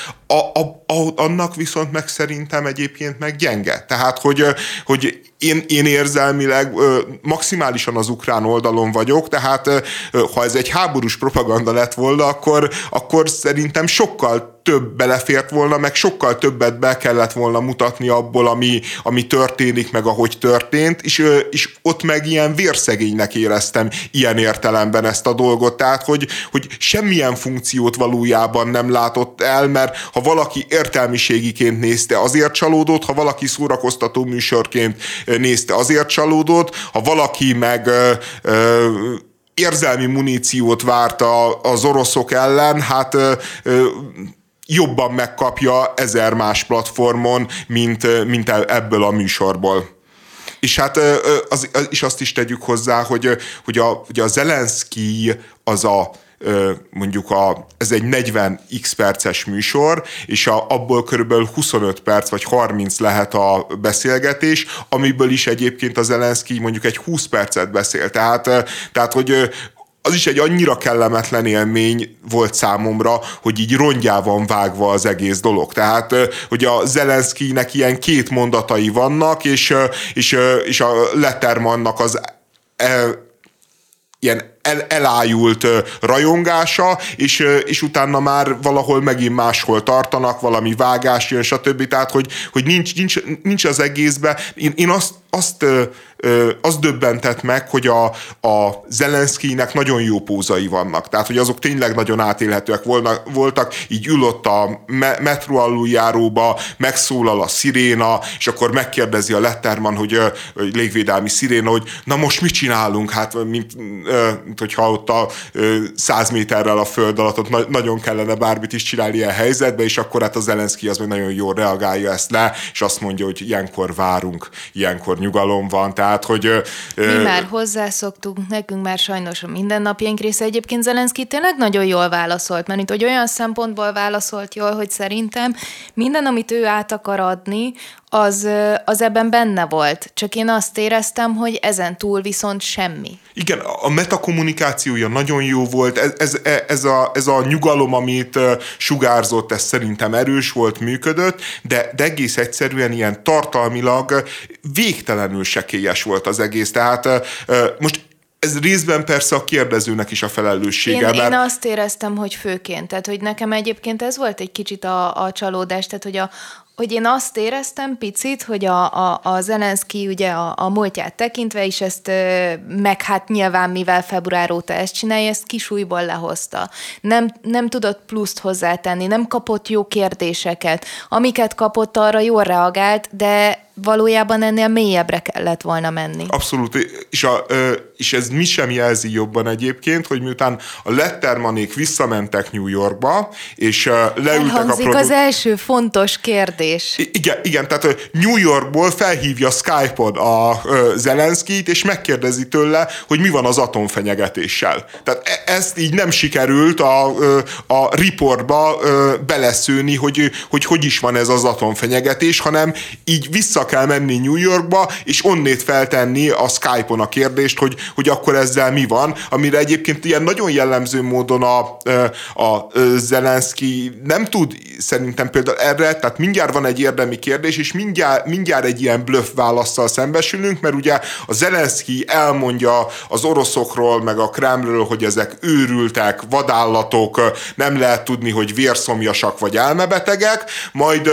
Annak viszont meg szerintem egyébként meg gyenge. Tehát, hogy én érzelmileg maximálisan az ukrán oldalon vagyok, tehát ha ez egy háborús propaganda lett volna, akkor szerintem sokkal több belefért volna, meg sokkal többet be kellett volna mutatni abból, ami történik, meg ahogy történt, és ott meg ilyen vérszegénynek éreztem ilyen értelemben ezt a dolgot, tehát hogy semmilyen funkciót valójában nem látott el, mert ha valaki értelmiségiként nézte, azért csalódott, ha valaki szórakoztató műsorként nézte, azért csalódott, ha valaki meg érzelmi muníciót várt az oroszok ellen, hát jobban megkapja 1000 más platformon, mint ebből a műsorból. És hát és azt is tegyük hozzá, hogy a Zelenszkij az ez egy 40x perces műsor, és abból körülbelül 25 perc vagy 30 lehet a beszélgetés, amiből is egyébként a Zelenszkij mondjuk egy 20 percet beszél. Tehát hogy az is egy annyira kellemetlen élmény volt számomra, hogy így rongyá van vágva az egész dolog. Tehát, hogy a Zelenszkijnek ilyen 2 mondatai vannak, és a Lettermannak az ilyen elájult rajongása, és utána már valahol megint máshol tartanak, valami vágás jön, stb. Tehát, hogy nincs az egészben. Én azt döbbentett meg, hogy a Zelenszkijnek nagyon jó pózai vannak. Tehát, hogy azok tényleg nagyon átélhetőek voltak. Így ül ott a metró aluljáróba, megszólal a sziréna, és akkor megkérdezi a Letterman, hogy légvédelmi sziréna, hogy na most mit csinálunk? Hát, mint hogyha ott a 100 méterrel a föld alatt ott nagyon kellene bármit is csinálni ilyen helyzetben, és akkor hát a Zelenszkij az meg nagyon jól reagálja ezt le, és azt mondja, hogy ilyenkor várunk, ilyenkor nyugalom van. Tehát, hogy...
Mi már hozzászoktunk, nekünk már sajnos a mindennapjaink része. Egyébként Zelenszkij tényleg nagyon jól válaszolt, mert hogy olyan szempontból válaszolt jól, hogy szerintem minden, amit ő át akar adni, az ebben benne volt. Csak én azt éreztem, hogy ezen túl viszont semmi.
Igen, a metakommunikációja nagyon jó volt, ez a nyugalom, amit sugárzott, ez szerintem erős volt, működött, de egész egyszerűen ilyen tartalmilag végtelenül sekélyes volt az egész. Tehát most ez részben persze a kérdezőnek is a felelőssége.
Én azt éreztem, hogy főként, tehát hogy nekem egyébként ez volt egy kicsit a csalódás, tehát hogy én azt éreztem picit, hogy a Zelenszkij ugye a múltját tekintve is ezt, meg hát nyilván mivel február óta ezt csinálja, ezt kisújból lehozta. Nem tudott pluszt hozzátenni, nem kapott jó kérdéseket. Amiket kapott, arra jól reagált, de valójában ennél mélyebbre kellett volna menni.
Abszolút, és ez mi sem jelzi jobban egyébként, hogy miután a Lettermanék visszamentek New Yorkba, és leültek
elhangzik az első fontos kérdés.
Igen, tehát New Yorkból felhívja Skype-on a Zelenszkijt, és megkérdezi tőle, hogy mi van az atomfenyegetéssel. Tehát ezt így nem sikerült a riportba beleszőni, hogy is van ez az atomfenyegetés, hanem így vissza kell menni New Yorkba, és onnét feltenni a Skype-on a kérdést, hogy akkor ezzel mi van, amire egyébként ilyen nagyon jellemző módon a Zelenszkij nem tud szerintem például erre, tehát mindjárt van egy érdemi kérdés, és mindjárt egy ilyen bluff válasszal szembesülünk, mert ugye a Zelenszkij elmondja az oroszokról, meg a Kremlről, hogy ezek őrültek, vadállatok, nem lehet tudni, hogy vérszomjasak vagy elmebetegek, majd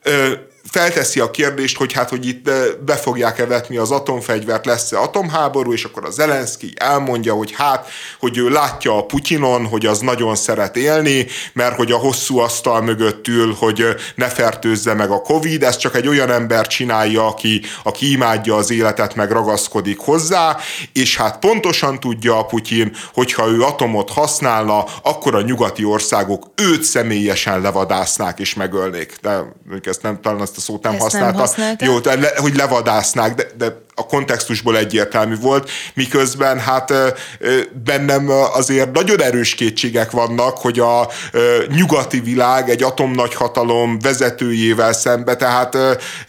felteszi a kérdést, hogy itt be fogják-e vetni az atomfegyvert, lesz-e atomháború, és akkor a Zelenszkij elmondja, hogy ő látja a Putyinon, hogy az nagyon szeret élni, mert hogy a hosszú asztal mögött ül, hogy ne fertőzze meg a Covid, ezt csak egy olyan ember csinálja, aki imádja az életet, meg ragaszkodik hozzá, és hát pontosan tudja a Putyin, hogyha ő atomot használna, akkor a nyugati országok őt személyesen levadásznák és megölnék. De ezt nem, talán ezt a szót nem használta. Jó, hogy levadásznák, de a kontextusból egyértelmű volt, miközben hát bennem azért nagyon erős kétségek vannak, hogy a nyugati világ egy atomnagyhatalom vezetőjével szembe, tehát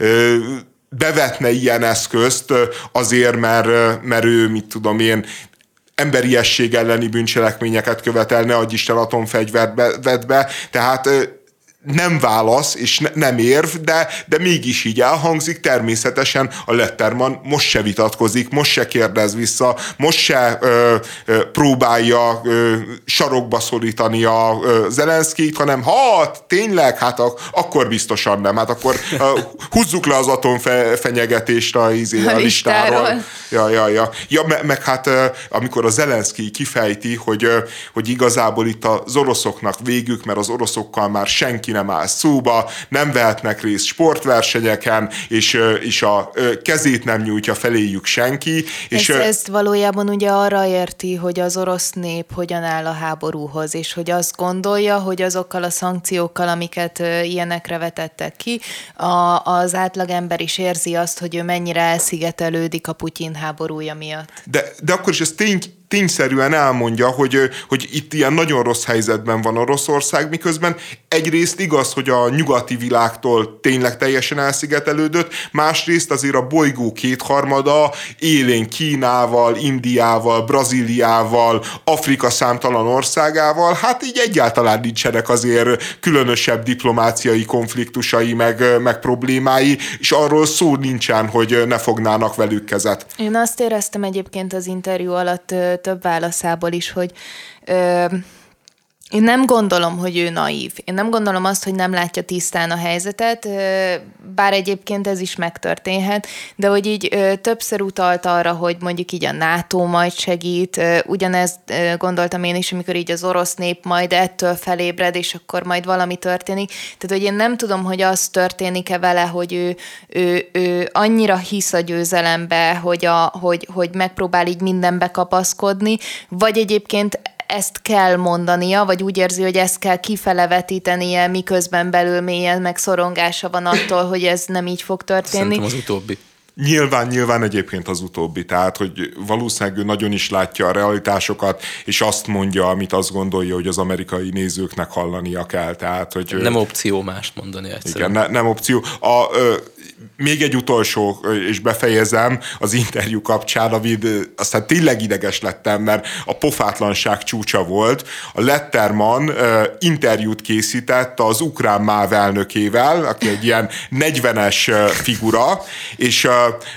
bevetne ilyen eszközt azért, mert ő, mit tudom én, emberiesség elleni bűncselekményeket követel, ne adj Isten atomfegyvert vet be, tehát nem válasz és nem érv, de mégis így elhangzik. Természetesen a Letterman most se vitatkozik, most se kérdez vissza, most se próbálja sarokba szorítani a Zelenszkijt, hanem tényleg, hát akkor biztosan nem. Hát akkor húzzuk le az atomfenyegetést a listáról. Ja, meg hát amikor a Zelenszkij kifejti, hogy igazából itt az oroszoknak végük, mert az oroszokkal már senki senki nem áll szóba, nem vehetnek részt sportversenyeken, és a kezét nem nyújtja feléjük senki. És
ezt valójában ugye arra érti, hogy az orosz nép hogyan áll a háborúhoz, és hogy azt gondolja, hogy azokkal a szankciókkal, amiket ilyenekre vetettek ki, az átlagember is érzi azt, hogy ő mennyire elszigetelődik a Putyin háborúja miatt.
De akkor is ez tényszerűen elmondja, hogy itt ilyen nagyon rossz helyzetben van Oroszország, miközben egyrészt igaz, hogy a nyugati világtól tényleg teljesen elszigetelődött, másrészt azért a bolygó kétharmada élén Kínával, Indiával, Brazíliával, Afrika számtalan országával, hát így egyáltalán nincsenek azért különösebb diplomáciai konfliktusai, meg problémái, és arról szó nincsen, hogy ne fognának velük kezet.
Én azt éreztem egyébként az interjú alatt több válaszából is, hogy én nem gondolom, hogy ő naív. Én nem gondolom azt, hogy nem látja tisztán a helyzetet, bár egyébként ez is megtörténhet, de hogy így többször utalt arra, hogy mondjuk így a NATO majd segít, ugyanezt gondoltam én is, amikor így az orosz nép majd ettől felébred, és akkor majd valami történik. Tehát, hogy én nem tudom, hogy az történik-e vele, hogy ő annyira hisz a győzelembe, hogy megpróbál így mindenbe kapaszkodni, vagy egyébként ezt kell mondania, vagy úgy érzi, hogy ezt kell kifele vetítenie, miközben belül mélyen meg szorongása van attól, hogy ez nem így fog történni.
Szerintem az utóbbi.
Nyilván egyébként az utóbbi, tehát, hogy valószínűleg ő nagyon is látja a realitásokat, és azt mondja, amit azt gondolja, hogy az amerikai nézőknek hallania kell. Tehát, hogy
nem opció mást mondani egyszerűen.
Igen, nem opció. Még egy utolsó, és befejezem az interjú kapcsán, amit aztán tényleg ideges lettem, mert a pofátlanság csúcsa volt. A Letterman interjút készített az ukrán MÁV elnökével, aki egy ilyen 40-es figura, és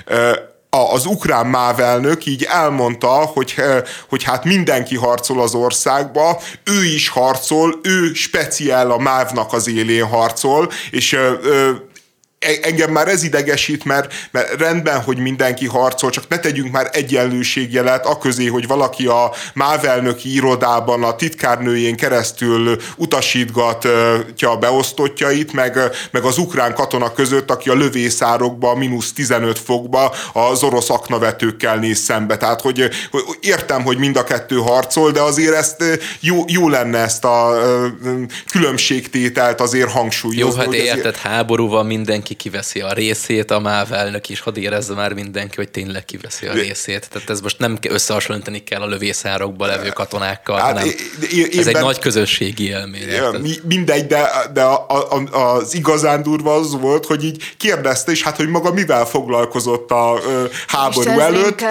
az ukrán MÁV elnök így elmondta, hogy hát mindenki harcol az országba, ő is harcol, ő speciál a MÁV-nak az élén harcol, és engem már ez idegesít, mert rendben, hogy mindenki harcol, csak ne tegyünk már egyenlőségjelet aközé, hogy valaki a MÁV elnöki irodában a titkárnőjén keresztül utasítgatja a beosztottjait, meg az ukrán katona között, aki a lövészárokba, -15 fokba az orosz aknavetőkkel néz szembe. Tehát, hogy értem, hogy mind a kettő harcol, de azért ezt jó lenne ezt a különbségtételt azért hangsúlyozni.
Jó, hát érted, háborúval mindenki kiveszi a részét, a MÁV elnök is, hadd érezze már mindenki, hogy tényleg kiveszi a részét. Tehát ez most nem összehasonlítani kell a lövészárokban levő katonákkal, hanem ez egy nagy közösségi élmény.
Mindegy, de az igazán durva az volt, hogy így kérdezte, és hát, hogy maga mivel foglalkozott a háború előtt,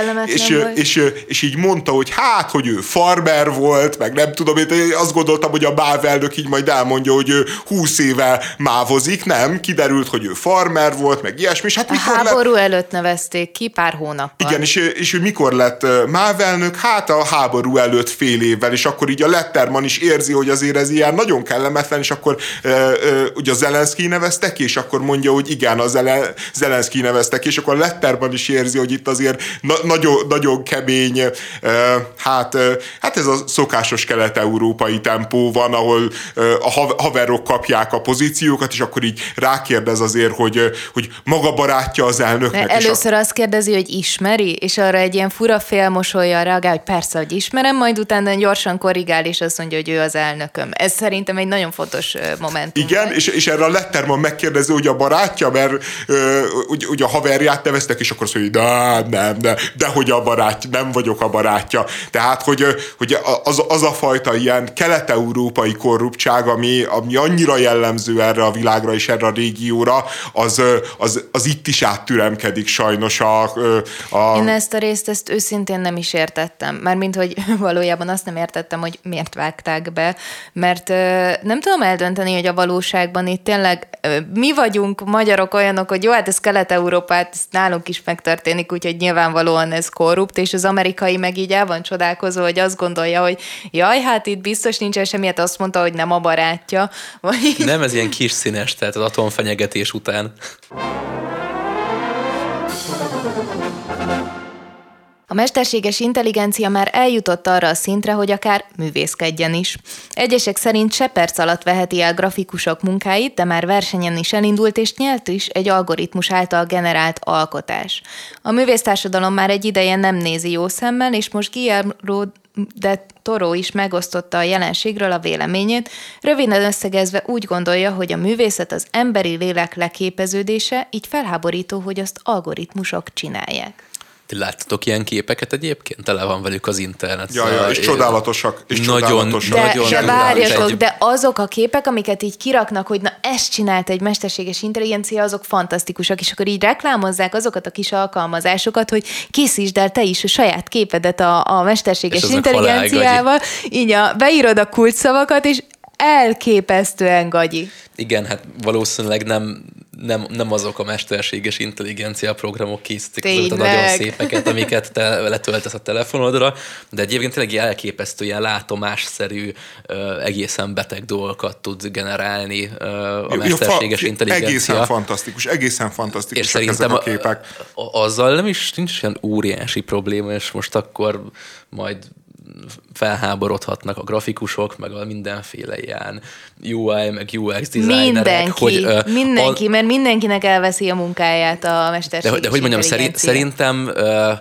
és így mondta, hogy hát, hogy ő farmer volt, meg nem tudom, én azt gondoltam, hogy a MÁV elnök így majd elmondja, hogy ő 20 éve mávozik, nem? Kiderült, hogy ő farmer volt, meg ilyesmi. És hát
a háború előtt nevezték ki pár hónappal.
Igen, és ő mikor lett MÁV elnök? Hát a háború előtt fél évvel, és akkor így a Letterman is érzi, hogy azért ez ilyen nagyon kellemetlen, és akkor ugye a Zelenszky neveztek ki, és akkor mondja, hogy igen, a Zelenszky neveztek ki, és akkor a Letterman is érzi, hogy itt azért nagyon, nagyon kemény, hát ez a szokásos kelet-európai tempó van, ahol a haverok kapják a pozíciókat, és akkor így rákérdez azért, hogy maga barátja az elnöknek.
Először azt kérdezi, hogy ismeri, és arra egy ilyen fura félmosollyal reagál, hogy persze, hogy ismerem, majd utána gyorsan korrigál, és azt mondja, hogy ő az elnököm. Ez szerintem egy nagyon fontos momentum.
Igen, és erre a Letterman megkérdezi, hogy a barátja, mert ugye a haverját neveztek, és akkor azt mondja, hogy de hogy a barátja, nem vagyok a barátja. Tehát, hogy az a fajta ilyen kelet-európai korruptság, ami annyira jellemző erre a világra és erre a régióra, az itt is áttüremkedik sajnos
Én ezt a részt őszintén nem is értettem. Mármint, hogy valójában azt nem értettem, hogy miért vágták be, mert nem tudom eldönteni, hogy a valóságban itt tényleg mi vagyunk magyarok olyanok, hogy jó, hát ez Kelet-Európát, ez nálunk is megtörténik, úgyhogy nyilvánvalóan ez korrupt, és az amerikai meg így el van csodálkozó, hogy azt gondolja, hogy jaj, hát itt biztos nincsen semmi, hát azt mondta, hogy nem a barátja. Vagy...
Nem, ez ilyen kis színes, tehát az atomfenyegetés után.
A mesterséges intelligencia már eljutott arra a szintre, hogy akár művészkedjen is. Egyesek szerint se perc alatt veheti el grafikusok munkáit, de már versenyen is elindult és nyert is egy algoritmus által generált alkotás. A művésztársadalom már egy ideje nem nézi jó szemmel, és most Guillermo del Toro is megosztotta a jelenségről a véleményét. Röviden összegezve úgy gondolja, hogy a művészet az emberi lélek leképeződése, így felháborító, hogy azt algoritmusok csinálják.
Ti láttatok ilyen képeket egyébként? Tele van velük az internet.
Ja, és csodálatosak. És
nagyon.
De várjatok, de azok a képek, amiket így kiraknak, hogy na ezt csinált egy mesterséges intelligencia, azok fantasztikusak, és akkor így reklámozzák azokat a kis alkalmazásokat, hogy készítsd el te is a saját képedet a mesterséges intelligenciával, így beírod a kulcsszavakat, és elképesztően gagyi.
Igen, hát valószínűleg nem azok a mesterséges intelligencia programok készítik azokat a nagyon szépeket, amiket te letöltesz a telefonodra, de egyébként tényleg elképesztő, ilyen látomásszerű, egészen beteg dolgokat tud generálni a mesterséges intelligencia.
Egészen fantasztikusak
és szerintem
ezek a képek.
Azzal nincs ilyen óriási probléma, és most akkor majd felháborodhatnak a grafikusok, meg a mindenféle ilyen UI, meg UX designerek.
Mindenki, mert mindenkinek elveszi a munkáját a mesterséges
de hogy mondjam, szerintem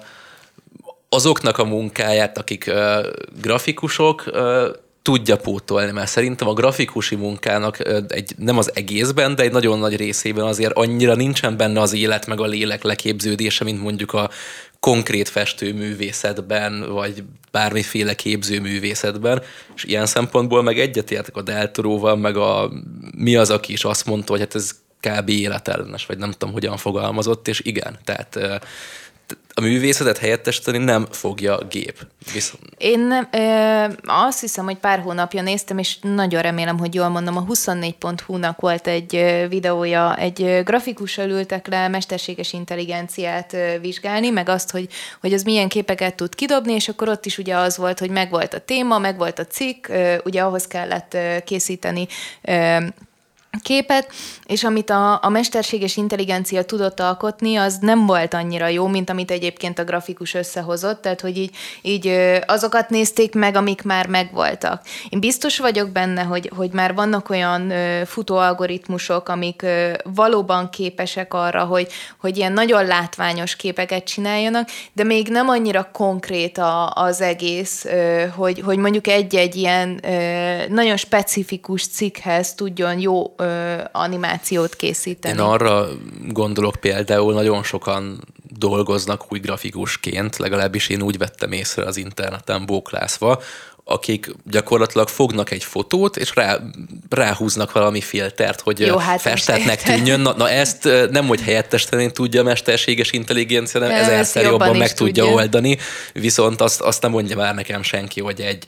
azoknak a munkáját, akik grafikusok, tudja pótolni, mert szerintem a grafikusi munkának nem az egészben, de egy nagyon nagy részében azért annyira nincsen benne az élet meg a lélek leképződése, mint mondjuk a konkrét festőművészetben, vagy bármiféle képzőművészetben, és ilyen szempontból meg egyetértek a Del Toroval, meg mi az, aki is azt mondta, hogy hát ez kb. Életellenes, vagy nem tudom, hogyan fogalmazott, és igen, tehát a művészetet helyettesíteni nem fogja gép.
Én azt hiszem, hogy pár hónapja néztem, és nagyon remélem, hogy jól mondom, a 24.hu-nak volt egy videója, egy grafikussal ültek le mesterséges intelligenciát vizsgálni, meg azt, hogy az milyen képeket tud kidobni, és akkor ott is ugye az volt, hogy megvolt a téma, megvolt a cikk, ugye ahhoz kellett készíteni képet, és amit a mesterséges intelligencia tudott alkotni, az nem volt annyira jó, mint amit egyébként a grafikus összehozott, tehát hogy így azokat nézték meg, amik már megvoltak. Én biztos vagyok benne, hogy már vannak olyan futóalgoritmusok, amik valóban képesek arra, hogy ilyen nagyon látványos képeket csináljanak, de még nem annyira konkrét az egész, hogy mondjuk egy ilyen nagyon specifikus cikkhez tudjon jó animációt készíteni.
Én arra gondolok például, nagyon sokan dolgoznak új grafikusként, legalábbis én úgy vettem észre az interneten bóklászva, akik gyakorlatilag fognak egy fotót, és ráhúznak valami filtert, hogy jó, festetnek tűnjön. Na ezt nem, hogy helyettesíteni tudja a mesterséges intelligencia, nem ezerszer jobban meg tudja oldani, viszont azt nem mondja már nekem senki, hogy egy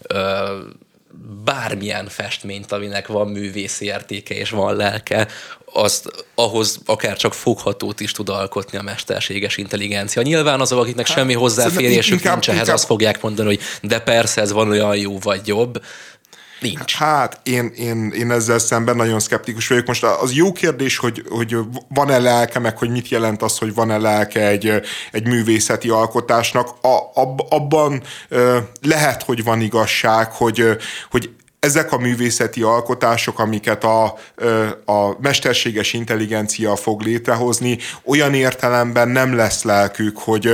bármilyen festményt, aminek van művészi értéke és van lelke, ahhoz akár csak foghatót is tud alkotni a mesterséges intelligencia. Nyilván azok, akiknek semmi hozzáférésük nincs ehhez, azt fogják mondani, hogy de persze ez van olyan jó vagy jobb. Nincs.
Hát én ezzel szemben nagyon szkeptikus vagyok. Most az jó kérdés, hogy van-e lelke, meg hogy mit jelent az, hogy van-e lelke egy művészeti alkotásnak. Abban lehet, hogy van igazság, hogy ezek a művészeti alkotások, amiket a mesterséges intelligencia fog létrehozni, olyan értelemben nem lesz lelkük,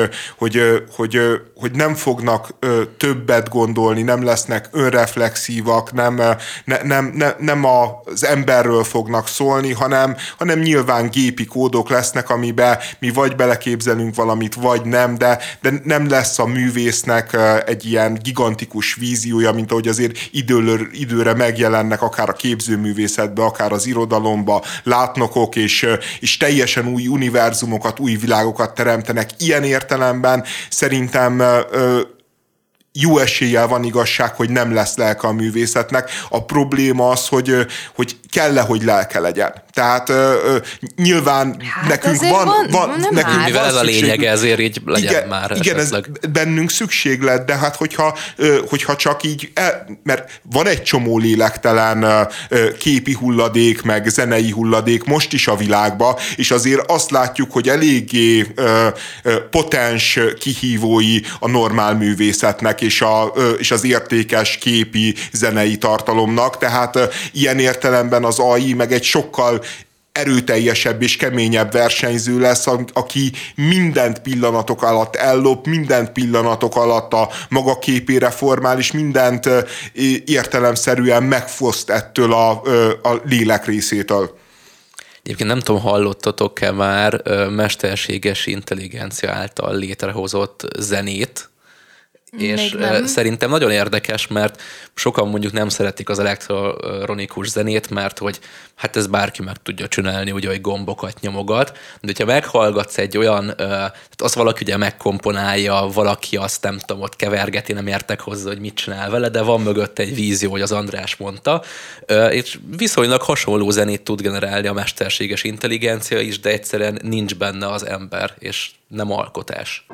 hogy nem fognak többet gondolni, nem lesznek önreflexívak, nem az emberről fognak szólni, hanem nyilván gépi kódok lesznek, amiben mi vagy beleképzelünk valamit, vagy nem, de nem lesz a művésznek egy ilyen gigantikus víziója, mint ahogy azért időre megjelennek akár a képzőművészetbe, akár az irodalomba látnokok, és teljesen új univerzumokat, új világokat teremtenek. Ilyen értelemben szerintem jó eséllyel van igazság, hogy nem lesz lelke a művészetnek. A probléma az, hogy kell-e, hogy lelke legyen. Tehát nyilván nekünk van nekünk
mivel ez a lényeg, ezért így legyen
igen,
már
igen, ez bennünk szükséglet, de hát hogyha csak így, mert van egy csomó lélektelen képi hulladék, meg zenei hulladék most is a világban, és azért azt látjuk, hogy eléggé potens kihívói a normál művészetnek, és az értékes képi zenei tartalomnak, tehát ilyen értelemben az AI meg egy sokkal erőteljesebb és keményebb versenyző lesz, aki mindent pillanatok alatt ellop, mindent pillanatok alatt a maga képére formál, és mindent értelemszerűen megfoszt ettől a lélek részétől.
Egyébként nem tudom, hallottatok-e már mesterséges intelligencia által létrehozott zenét, és szerintem nagyon érdekes, mert sokan mondjuk nem szeretik az elektronikus zenét, mert hogy hát ez bárki meg tudja csinálni, ugye, hogy gombokat nyomogat, de hogyha meghallgatsz egy olyan, az valaki ugye megkomponálja, valaki azt nem tudom, ott kevergeti, nem értek hozzá, hogy mit csinál vele, de van mögött egy vízió, hogy az András mondta, és viszonylag hasonló zenét tud generálni a mesterséges intelligencia is, de egyszerűen nincs benne az ember, és nem alkotás.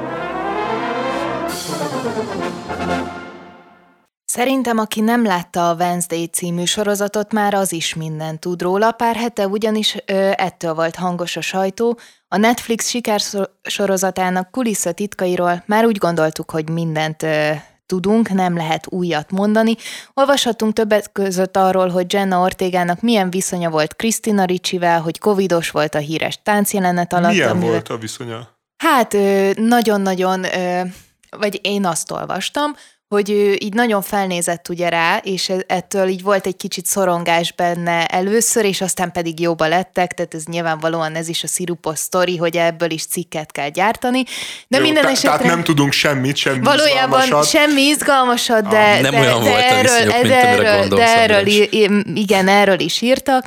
Szerintem, aki nem látta a Wednesday című sorozatot, már az is mindent tud róla. Pár hete ugyanis ettől volt hangos a sajtó. A Netflix sikersorozatának kulisszatitkairól már úgy gondoltuk, hogy mindent tudunk, nem lehet újat mondani. Olvashatunk többet között arról, hogy Jenna Ortegának milyen viszonya volt Christina Riccivel, hogy covidos volt a híres táncjelenet alatt.
Milyen volt a viszonya?
Hát nagyon-nagyon, vagy én azt olvastam, hogy ő így nagyon felnézett ugye rá, és ettől így volt egy kicsit szorongás benne először, és aztán pedig jóba lettek, tehát ez nyilvánvalóan ez is a szirupos sztori, hogy ebből is cikket kell gyártani. De
jó,
minden esetre...
Tehát nem tudunk semmit, semmi
valójában
izgalmasat.
semmi izgalmasat, de...
Nem olyan volt a viszonyok, mint amire gondolsz.
Erről is írtak.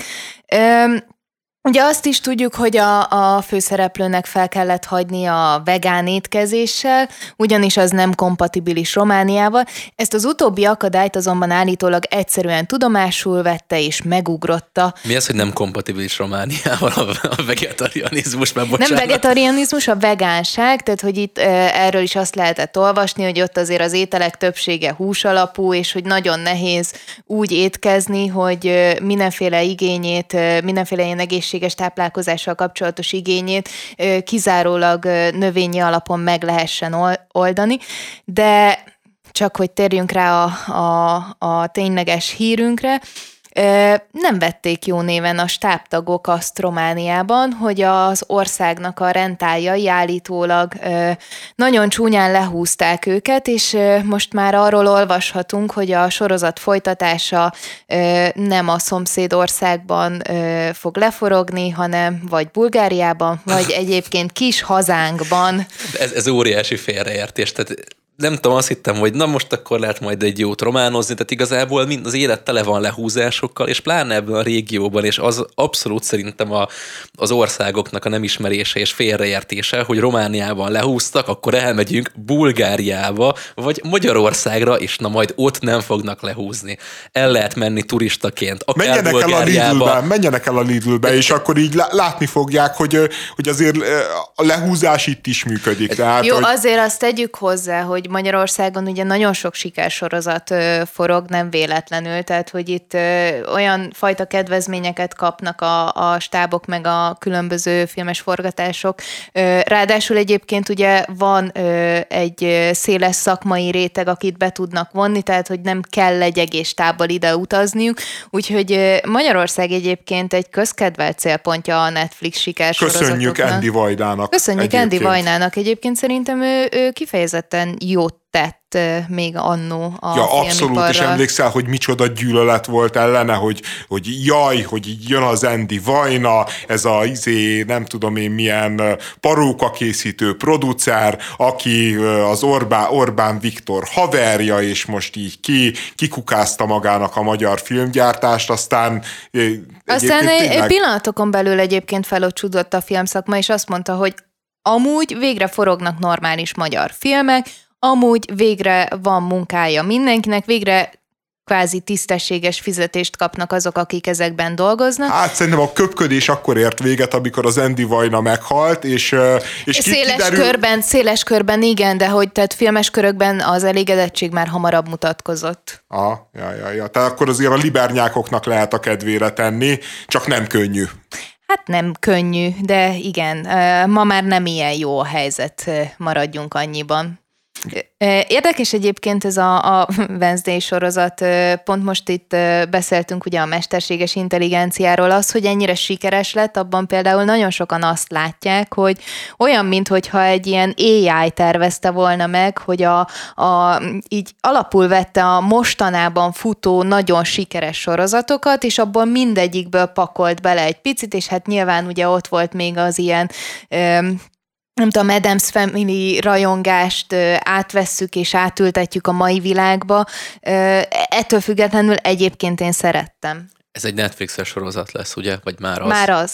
Ugye azt is tudjuk, hogy a főszereplőnek fel kellett hagyni a vegán étkezéssel, ugyanis az nem kompatibilis Romániával. Ezt az utóbbi akadályt azonban állítólag egyszerűen tudomásul vette és megugrotta.
Mi az, hogy nem kompatibilis Romániával a vegetarianizmus?
Nem vegetarianizmus, a vegánság, tehát hogy itt erről is azt lehetett olvasni, hogy ott azért az ételek többsége húsalapú, és hogy nagyon nehéz úgy étkezni, hogy mindenféle igényét, mindenféle ilyen egészséges táplálkozással kapcsolatos igényét kizárólag növényi alapon meg lehessen oldani, de csak hogy térjünk rá a tényleges hírünkre, nem vették jó néven a stábtagok azt Romániában, hogy az országnak a rendtáljai állítólag nagyon csúnyán lehúzták őket, és most már arról olvashatunk, hogy a sorozat folytatása nem a szomszédországban fog leforogni, hanem vagy Bulgáriában, vagy egyébként kis hazánkban.
Ez óriási félreértés, tehát nem tudom, azt hittem, hogy na most akkor lehet majd egy jót románozni, tehát igazából az élet tele van lehúzásokkal, és pláne ebben a régióban, és az abszolút szerintem az országoknak a nem ismerése és félreértése, hogy Romániában lehúztak, akkor elmegyünk Bulgáriába, vagy Magyarországra, és na majd ott nem fognak lehúzni. El lehet menni turistaként, akár Bulgáriába.
Menjenek el a Lidlbe, és akkor így látni fogják, hogy azért a lehúzás itt is működik. Tehát,
jó, azért azt tegyük hozzá, hogy Magyarországon ugye nagyon sok sikersorozat forog, nem véletlenül, tehát hogy itt olyan fajta kedvezményeket kapnak a stábok, meg a különböző filmes forgatások. Ráadásul egyébként ugye van egy széles szakmai réteg, akit be tudnak vonni, tehát hogy nem kell egy egész stábbal ide utazniuk, úgyhogy Magyarország egyébként egy közkedvelt célpontja a Netflix sikersorozatoknak.
Köszönjük Andy Vajnának.
Köszönjük Andy Vajnának, egyébként szerintem ő kifejezetten jót tett még annó a filmiparral.
Abszolút, és emlékszel, hogy micsoda gyűlölet volt ellene, hogy jaj, hogy így jön az Andy Vajna, ez a nem tudom én milyen parókakészítő producer, aki az Orbán Viktor haverja, és most így kikukázta magának a magyar filmgyártást, aztán
egy pillanatokon belül egyébként felocsúdott a filmszakma, és azt mondta, hogy amúgy végre forognak normális magyar filmek, amúgy végre van munkája mindenkinek, végre kvázi tisztességes fizetést kapnak azok, akik ezekben dolgoznak.
Hát szerintem a köpködés akkor ért véget, amikor az Andy Vajna meghalt, és
széles körben igen, de hogy tehát filmes körökben az elégedettség már hamarabb mutatkozott.
Ja. Tehát akkor azért a libernyákoknak lehet a kedvére tenni, csak nem könnyű.
Hát nem könnyű, de igen, ma már nem ilyen jó a helyzet, maradjunk annyiban. Érdekes egyébként ez a Wednesday sorozat, pont most itt beszéltünk ugye a mesterséges intelligenciáról, az, hogy ennyire sikeres lett, abban például nagyon sokan azt látják, hogy olyan, minthogyha egy ilyen AI tervezte volna meg, hogy így alapul vette a mostanában futó nagyon sikeres sorozatokat, és abból mindegyikből pakolt bele egy picit, és hát nyilván ugye ott volt még az ilyen nem tudom, Addams Family rajongást átvesszük és átültetjük a mai világba. Ettől függetlenül egyébként én szerettem.
Ez egy Netflixes sorozat lesz, ugye? Vagy már az?
Már az.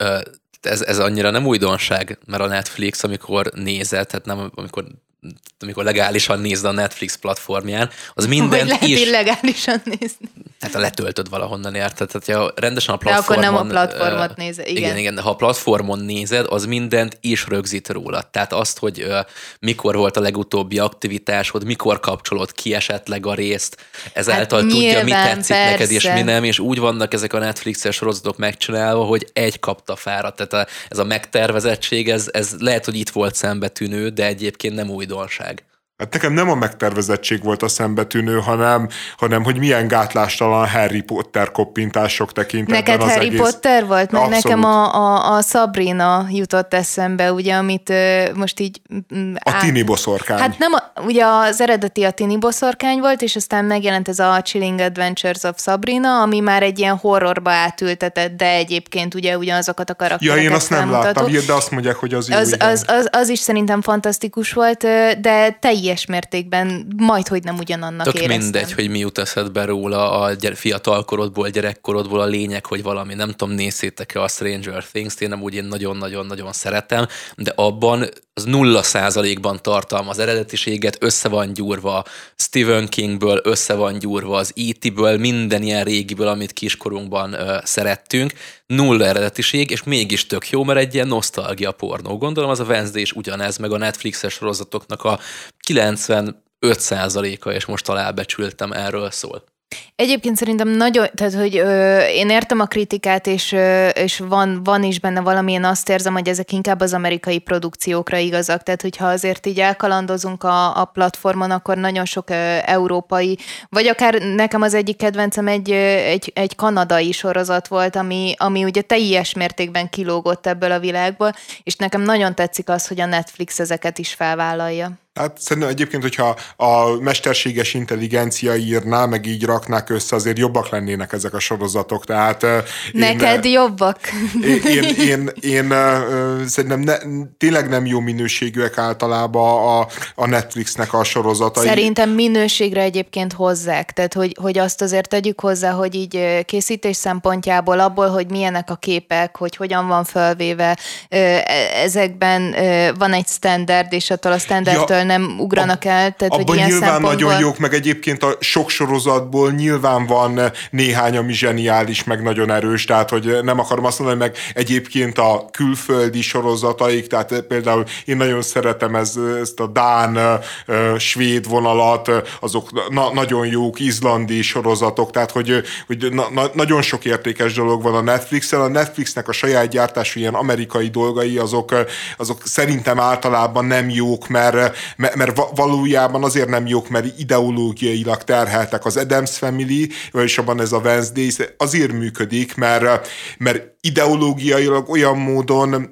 Ez annyira nem újdonság, mert a Netflix, amikor nézed, tehát nem amikor legálisan nézd a Netflix platformján, az mindent
lehet illegálisan nézni.
Tehát letöltöd valahonnan, érted? Tehát ha rendesen a platformon...
De akkor nem a platformot nézed, igen.
Igen, de ha a platformon nézed, az mindent is rögzít róla. Tehát azt, hogy mikor volt a legutóbbi aktivitásod, mikor kapcsolod ki esetleg a részt, ezáltal hát tudja, mi tetszik neked, és mi nem, és úgy vannak ezek a Netflixes sorozatok megcsinálva, hogy egy kaptafára. Tehát ez a megtervezettség, ez lehet, hogy itt volt szembetűnő, de egyébként nem újdonság.
Hát nekem nem a megtervezettség volt a szembetűnő, hanem hogy milyen gátlástalan Harry Potter koppintások tekintetben.
Neked
az
Harry
egész...
Potter volt? Mert
Abszolút.
Nekem a Sabrina jutott eszembe, ugye, amit most így...
A tini boszorkány.
Hát nem, ugye az eredeti a tini boszorkány volt, és aztán megjelent ez a Chilling Adventures of Sabrina, ami már egy ilyen horrorba átültetett, de egyébként ugye ugyanazokat a karaktereket
én azt nem láttam, de azt mondják, hogy az jó.
Az is szerintem fantasztikus volt, de teljes mértékben majdhogy nem ugyanannak
tök
éreztem.
Mindegy, hogy mi jut eszedbe róla a fiatalkorodból, gyerekkorodból, a lényeg, hogy valami, nem tudom, nézzétek-e a Stranger Things-t, én úgy nagyon-nagyon-nagyon szeretem, de abban az 0%-ban tartalmaz eredetiséget, össze van gyúrva Stephen Kingből, össze van gyúrva az E.T.-ből, minden ilyen régiből, amit kiskorunkban szerettünk, nulla eredetiség, és mégis tök jó, mert egy ilyen nosztalgia pornó. Gondolom az a Wednesday is ugyanez, meg a Netflixes sorozatoknak a 95%-a, és most alábecsültem, erről szól.
Egyébként szerintem nagyon, tehát hogy én értem a kritikát, és van is benne valami, én azt érzem, hogy ezek inkább az amerikai produkciókra igazak, tehát hogyha azért így elkalandozunk a platformon, akkor nagyon sok európai, vagy akár nekem az egyik kedvencem egy kanadai sorozat volt, ami ugye teljes mértékben kilógott ebből a világból, és nekem nagyon tetszik az, hogy a Netflix ezeket is felvállalja.
Hát szerintem egyébként, hogyha a mesterséges intelligencia írná, meg így raknák össze, azért jobbak lennének ezek a sorozatok. Tehát
neked jobbak?
Én szerintem tényleg nem jó minőségűek általában a Netflixnek a sorozatai.
Szerintem minőségre egyébként hozzák. Tehát, hogy azt azért tegyük hozzá, hogy így készítés szempontjából, abból, hogy milyenek a képek, hogy hogyan van felvéve, ezekben van egy standard, és attól a standardtől nem ugranak el. Tehát,
abban
hogy ilyen
nyilván
szempontból...
nagyon jók, meg egyébként a sok sorozatból nyilván van néhány, ami zseniális, meg nagyon erős, tehát hogy nem akarom azt mondani, meg egyébként a külföldi sorozataik, tehát például én nagyon szeretem ezt a dán, svéd vonalat, azok nagyon jók, izlandi sorozatok, tehát hogy nagyon sok értékes dolog van a Netflixen. A Netflixnek a saját gyártású ilyen amerikai dolgai, azok szerintem általában nem jók, mert valójában azért nem jók, mert ideológiailag terheltek. Az Addams Family, és abban ez a Wednesday azért működik, mert ideológiailag olyan módon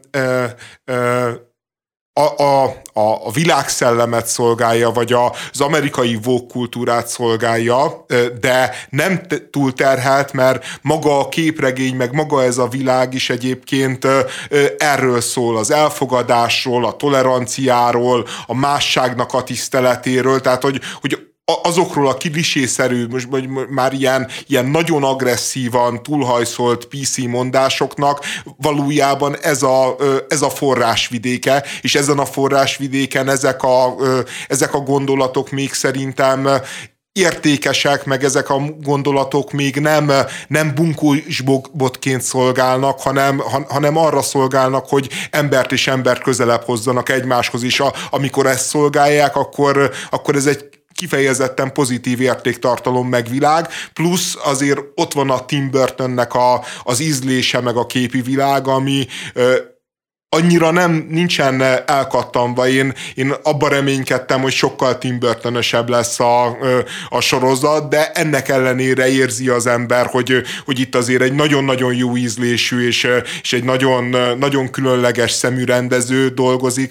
a világszellemet szolgálja, vagy az amerikai woke kultúrát szolgálja, de nem túl terhelt, mert maga a képregény, meg maga ez a világ is egyébként erről szól, az elfogadásról, a toleranciáról, a másságnak a tiszteletéről, tehát hogy azokról a klisészerű, most már ilyen nagyon agresszívan túlhajszolt PC mondásoknak valójában ez a forrásvidéke, és ezen a forrásvidéken ezek a gondolatok még szerintem értékesek, meg ezek a gondolatok még nem bunkósbotként szolgálnak, hanem arra szolgálnak, hogy embert és embert közelebb hozzanak egymáshoz is. Amikor ezt szolgálják, akkor ez egy kifejezetten pozitív értéktartalom megvilág, plusz azért ott van a Tim Burtonnek az ízlése, meg a képi világ, ami annyira nincsen elkattanva. Én abban reménykedtem, hogy sokkal Tim Burton-ösebb lesz a sorozat, de ennek ellenére érzi az ember, hogy itt azért egy nagyon-nagyon jó ízlésű és egy nagyon, nagyon különleges szemű rendező dolgozik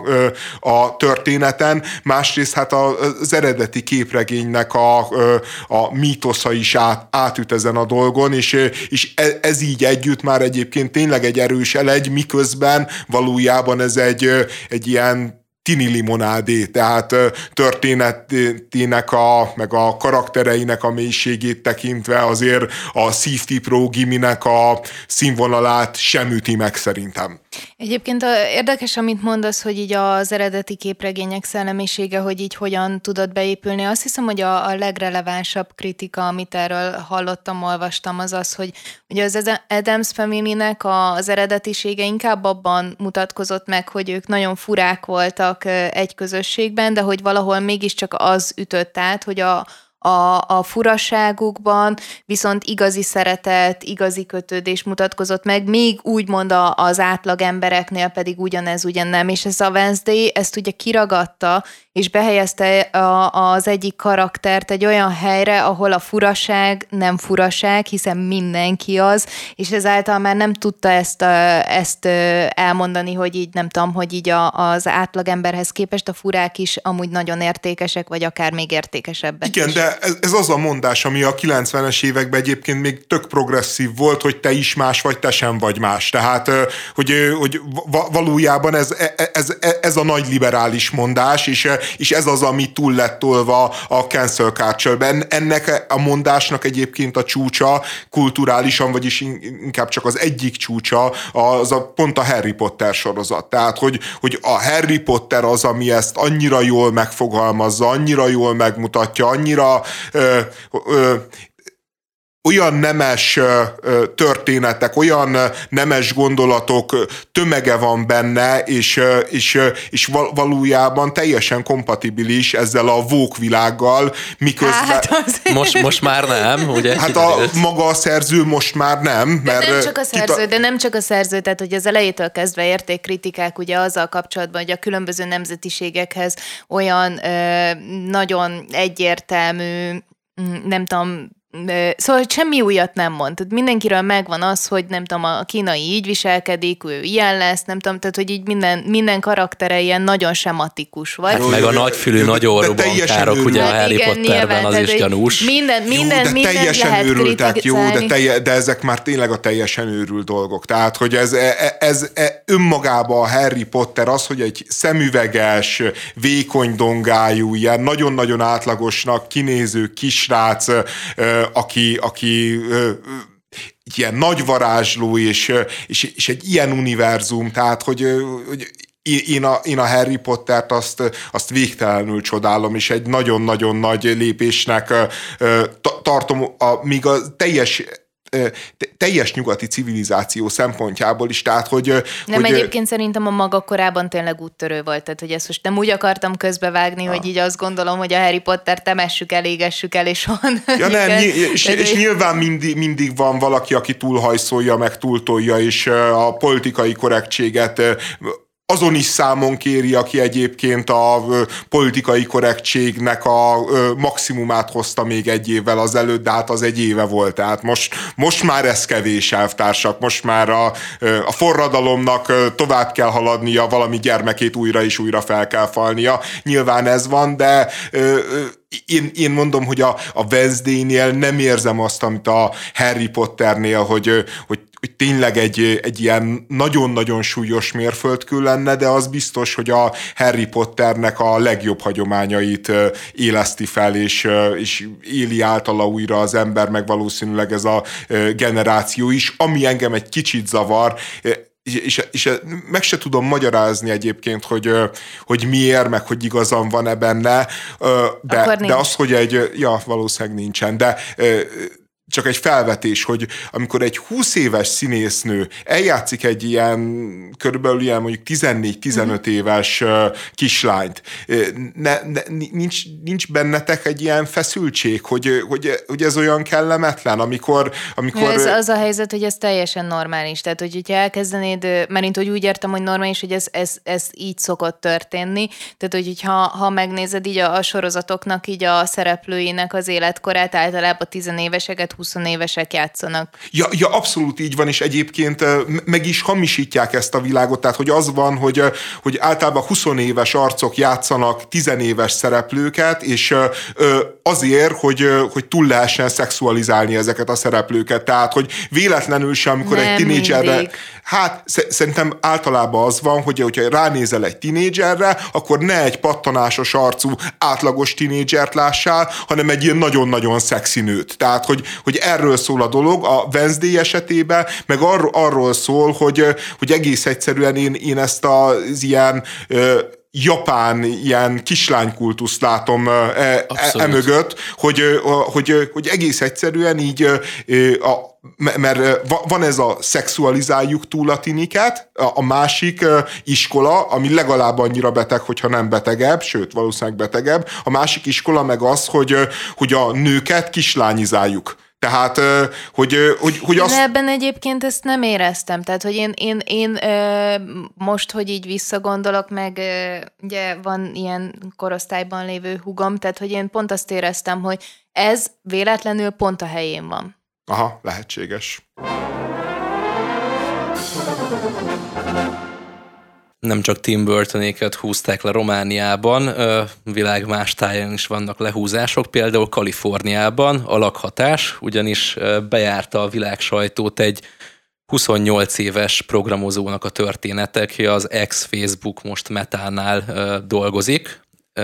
a történeten. Másrészt hát az eredeti képregénynek a mítosza is átüt ezen a dolgon, és ez így együtt már egyébként tényleg egy erős elegy, miközben valójában ez egy ilyen tini limonádé, tehát történetének meg a karaktereinek a mélységét tekintve azért a Safety Pro Giminek a színvonalát sem üti meg szerintem.
Egyébként érdekes, amit mondasz, hogy így az eredeti képregények szellemisége, hogy így hogyan tudod beépülni. Azt hiszem, hogy a legrelevánsabb kritika, amit erről hallottam, olvastam, az, hogy ugye az Addams Family-nek az eredetisége inkább abban mutatkozott meg, hogy ők nagyon furák voltak egy közösségben, de hogy valahol mégiscsak az ütött át, hogy a furaságukban viszont igazi szeretet, igazi kötődés mutatkozott meg, még úgymond az átlag embereknél pedig ugyanez ugyan nem, és ez a Wednesday ezt ugye kiragadta, és behelyezte az egyik karaktert egy olyan helyre, ahol a furaság nem furaság, hiszen mindenki az, és ezáltal már nem tudta ezt elmondani, hogy így nem tudom, hogy így az átlagemberhez képest a furák is amúgy nagyon értékesek, vagy akár még értékesebbek.
Igen, de ez az a mondás, ami a 90-es években egyébként még tök progresszív volt, hogy te is más vagy, te sem vagy más. Tehát, hogy valójában ez a nagy liberális mondás, és ez az, ami túl lett tolva a cancel culture-ben. Ennek a mondásnak egyébként a csúcsa kulturálisan, vagyis inkább csak az egyik csúcsa, pont a Harry Potter sorozat. Tehát, hogy a Harry Potter az, ami ezt annyira jól megfogalmazza, annyira jól megmutatja, annyira olyan nemes történetek, olyan nemes gondolatok tömege van benne, és valójában teljesen kompatibilis ezzel a woke világgal, miközben...
Hát
most már nem, ugye?
Hát maga a szerző most már nem, mert...
De nem csak a szerző, tehát hogy az elejétől kezdve értékkritikák ugye azzal kapcsolatban, hogy a különböző nemzetiségekhez olyan nagyon egyértelmű, nem tudom, szóval semmi újat nem mond. Tehát mindenkiről megvan az, hogy nem tudom, a kínai így viselkedik, ő ilyen lesz, nem tudom, tehát hogy így minden karaktere ilyen nagyon sematikus vagy.
Hát meg a nagyfülű, nagy orrú bankárok, ugye a Harry Potterben az is gyanús.
Mindent
teljesen
lehet
őrültek, jó,
kritizálni.
de ezek már tényleg a teljesen őrült dolgok. Tehát, hogy ez önmagában a Harry Potter az, hogy egy szemüveges, vékony dongájú, ilyen nagyon-nagyon átlagosnak kinéző kisrác, aki ilyen nagy varázsló, és egy ilyen univerzum, tehát, hogy én a Harry Pottert azt végtelenül csodálom, és egy nagyon-nagyon nagy lépésnek tartom, míg a teljes nyugati civilizáció szempontjából is, tehát,
egyébként szerintem a maga korában tényleg úttörő volt, tehát, hogy ezt most nem úgy akartam közbevágni, hogy így azt gondolom, hogy a Harry Pottert temessük el, égessük el, és onnan...
Ja nem, és nyilván mindig van valaki, aki túlhajszolja, meg túltolja, és a politikai korrektséget azon is számon kéri, aki egyébként a politikai korrektségnek a maximumát hozta még egy évvel azelőtt, de hát az egy éve volt. Tehát most már ez kevés, elvtársak, most már a forradalomnak tovább kell haladnia, valami gyermekét újra és újra fel kell falnia. Nyilván ez van, de én mondom, hogy a Wednesday-nél nem érzem azt, amit a Harry Potternél, hogy tényleg egy ilyen nagyon-nagyon súlyos mérföldkő lenne, de az biztos, hogy a Harry Potternek a legjobb hagyományait éleszti fel, és éli általa újra az ember, meg valószínűleg ez a generáció is. Ami engem egy kicsit zavar, és meg se tudom magyarázni egyébként, hogy miért, meg hogy igazam van-e benne, de az, hogy valószínűleg nincsen, de csak egy felvetés, hogy amikor egy 20 éves színésznő eljátszik egy ilyen, körülbelül ilyen mondjuk 14-15 éves kislányt, nincs bennetek egy ilyen feszültség, hogy ez olyan kellemetlen, amikor...
Ez az a helyzet, hogy ez teljesen normális. Tehát, hogyha elkezdenéd, mert hogy úgy értem, hogy normális, hogy ez így szokott történni. Tehát, hogyha megnézed így a sorozatoknak, így a szereplőinek az életkorát, általában 10 éveseket, 20 évesek játszanak.
Ja, abszolút így van, és egyébként meg is hamisítják ezt a világot, tehát hogy az van, hogy általában 20 éves arcok játszanak 10 éves szereplőket, és azért, hogy túl lehessen szexualizálni ezeket a szereplőket, tehát hogy véletlenül sem, amikor egy tinédzserre... Hát szerintem általában az van, hogyha ránézel egy tinédzserre, akkor ne egy pattanásos arcú átlagos tinédzsert lássál, hanem egy ilyen nagyon-nagyon szexi nőt. Tehát, hogy erről szól a dolog, a Wednesday esetében, meg arról szól, hogy egész egyszerűen én ezt az ilyen japán ilyen kislánykultuszt látom mögött, hogy egész egyszerűen így mert van ez a szexualizáljuk túl a tiniket, a másik iskola, ami legalább annyira beteg, hogyha nem betegebb, sőt, valószínűleg betegebb, a másik iskola meg az, hogy a nőket kislányizáljuk. Tehát, hogy azt...
De ebben egyébként ezt nem éreztem. Tehát, hogy én most, hogy így visszagondolok, meg ugye van ilyen korosztályban lévő húgom, tehát, hogy én pont azt éreztem, hogy ez véletlenül pont a helyén van.
Aha, lehetséges.
Nem csak Tim Burtonéket húzták le Romániában, világ más táján is vannak lehúzások, például Kaliforniában a Lakhatás, ugyanis bejárta a világ sajtót egy 28 éves programozónak a története, aki az ex-Facebook, most Metánál dolgozik,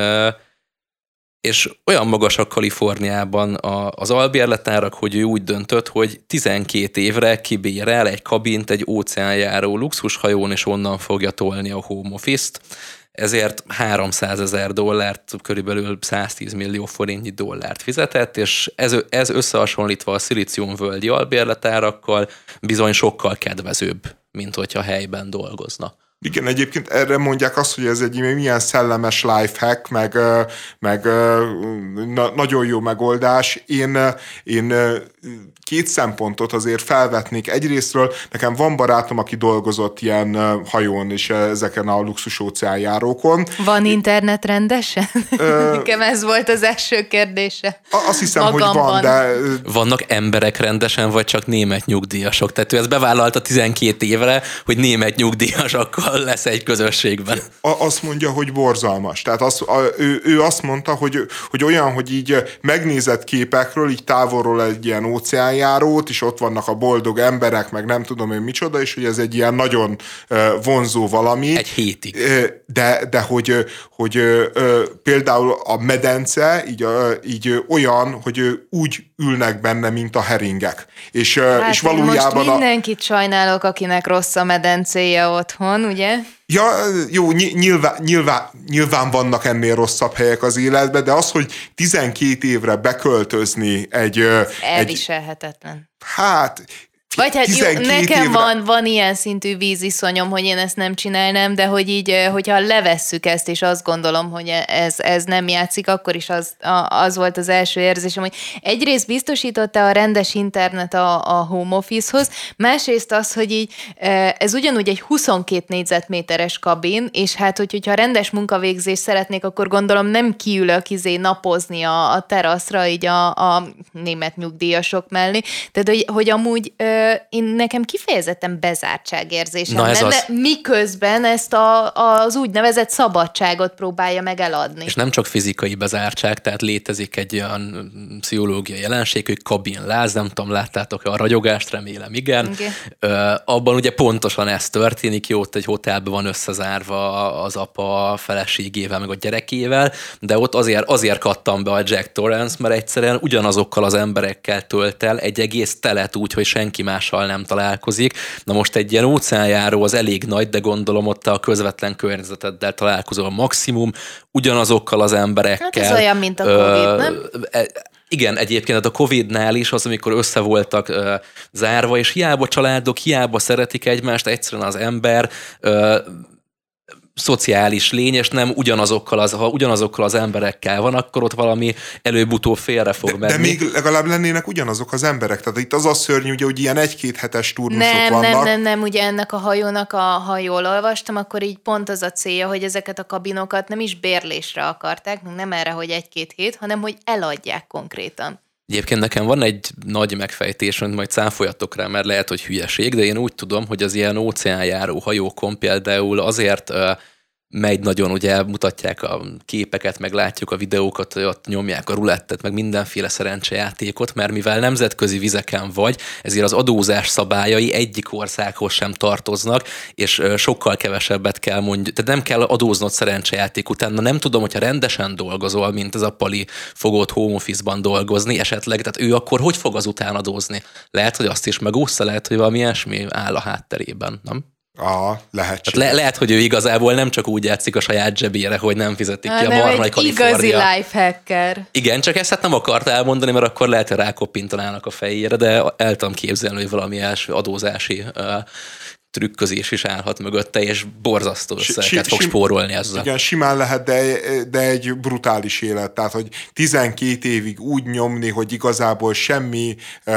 és olyan magasak Kaliforniában az albérletárak, hogy ő úgy döntött, hogy 12 évre kibérel egy kabint egy óceánjáró luxushajón, és onnan fogja tolni a home office-t. Ezért $300,000, körülbelül 110 millió forintnyi dollárt fizetett, és ez összehasonlítva a szilíciumvölgyi albérletárakkal bizony sokkal kedvezőbb, mint hogyha helyben dolgozna.
Igen, egyébként erre mondják azt, hogy ez egy milyen szellemes lifehack, meg nagyon jó megoldás. Én két szempontot azért felvetnék. Egyrésztről nekem van barátom, aki dolgozott ilyen hajón és ezeken a luxus óceánjárókon.
Van internet rendesen? Nekem ez volt az első kérdése.
Azt hiszem, magamban. Hogy van, de...
Vannak emberek rendesen, vagy csak német nyugdíjasok? Tehát ő ezt bevállalta 12 évre, hogy német nyugdíjasokkal lesz egy közösségben.
Azt mondja, hogy borzalmas. Tehát ő azt mondta, hogy olyan, hogy így megnézett képekről, így távolról egy ilyen óceánjárót, és ott vannak a boldog emberek, meg nem tudom én micsoda, és hogy ez egy ilyen nagyon vonzó valami.
Egy hétig.
De hogy például a medence így olyan, hogy úgy ülnek benne, mint a heringek. És valójában...
Most mindenkit sajnálok, akinek rossz a medencéje otthon, ugye?
Ja, jó, nyilván vannak ennél rosszabb helyek az életben, de az, hogy 12 évre beköltözni egy...
Elviselhetetlen.
Hát...
Vagy hát jó, nekem van ilyen szintű víziszonyom, hogy én ezt nem csinálnám, de hogy így, hogyha levesszük ezt, és azt gondolom, hogy ez nem játszik, akkor is az volt az első érzésem, hogy egyrészt biztosította a rendes internet a home office-hoz, másrészt az, hogy így ez ugyanúgy egy 22 négyzetméteres kabin, és hát, hogyha rendes munkavégzést szeretnék, akkor gondolom nem kiülök napozni a teraszra, így a német nyugdíjasok mellé. Tehát, hogy amúgy nekem kifejezetten bezártságérzésem lenne, de miközben ezt az úgynevezett szabadságot próbálja meg eladni.
És nem csak fizikai bezártság, tehát létezik egy olyan pszichológiai jelenség, hogy kabinláz, nem tudom, láttátok-e a ragyogást, remélem, igen. Abban ugye pontosan ez történik, jó, ott egy hotelben van összezárva az apa a feleségével, meg a gyerekével, de ott azért kattam be a Jack Torrance, mert egyszerűen ugyanazokkal az emberekkel tölt el egy egész telet úgy, hogy senki egymással nem találkozik. Na most egy ilyen óceánjáró az elég nagy, de gondolom ott a közvetlen környezeteddel találkozol maximum, ugyanazokkal az emberekkel.
Hát ez olyan, mint a Covid, nem?
Igen, egyébként a Covid-nál is az, amikor össze voltak zárva, és hiába családok, hiába szeretik egymást, egyszerűen az ember szociális lény, és nem ha ugyanazokkal az emberekkel van, akkor ott valami előbb-utóbb félre fog menni.
De még legalább lennének ugyanazok az emberek. Tehát itt az a szörnyű, ugye, hogy ilyen 1-2 hetes turnusok vannak.
Nem, ugye ennek a hajónak, ha jól olvastam, akkor így pont az a célja, hogy ezeket a kabinokat nem is bérlésre akarták, nem erre, hogy 1-2 hét, hanem hogy eladják konkrétan.
Egyébként nekem van egy nagy megfejtés, hogy majd cáfoljatok rá, mert lehet, hogy hülyeség, de én úgy tudom, hogy az ilyen óceánjáró hajókon például azért megy nagyon, ugye mutatják a képeket, meg látjuk a videókat, hogy ott nyomják a rulettet, meg mindenféle szerencsejátékot, mert mivel nemzetközi vizeken vagy, ezért az adózás szabályai egyik országhoz sem tartoznak, és sokkal kevesebbet kell mondjuk, tehát nem kell adóznod szerencsejáték után. Na nem tudom, hogyha rendesen dolgozol, mint ez a Pali fogott home office-ban dolgozni esetleg, tehát ő akkor hogy fog azután adózni? Lehet, hogy azt is megúszta, lehet, hogy valami ilyesmi áll a hátterében, nem?
Lehetséges.
Lehet, hogy ő igazából nem csak úgy játszik a saját zsebére, hogy nem fizetik ki a marmai Kalifornia.
Igazi lifehacker.
Igen, csak ezt hát nem akart elmondani, mert akkor lehet, hogy rákoppintanának a fejére, de el tudom képzelni, hogy valami első adózási trükközés is állhat mögötte, és borzasztó összeget fog spórolni ezzel.
Igen, simán lehet, de egy brutális élet. Tehát, hogy 12 évig úgy nyomni, hogy igazából semmi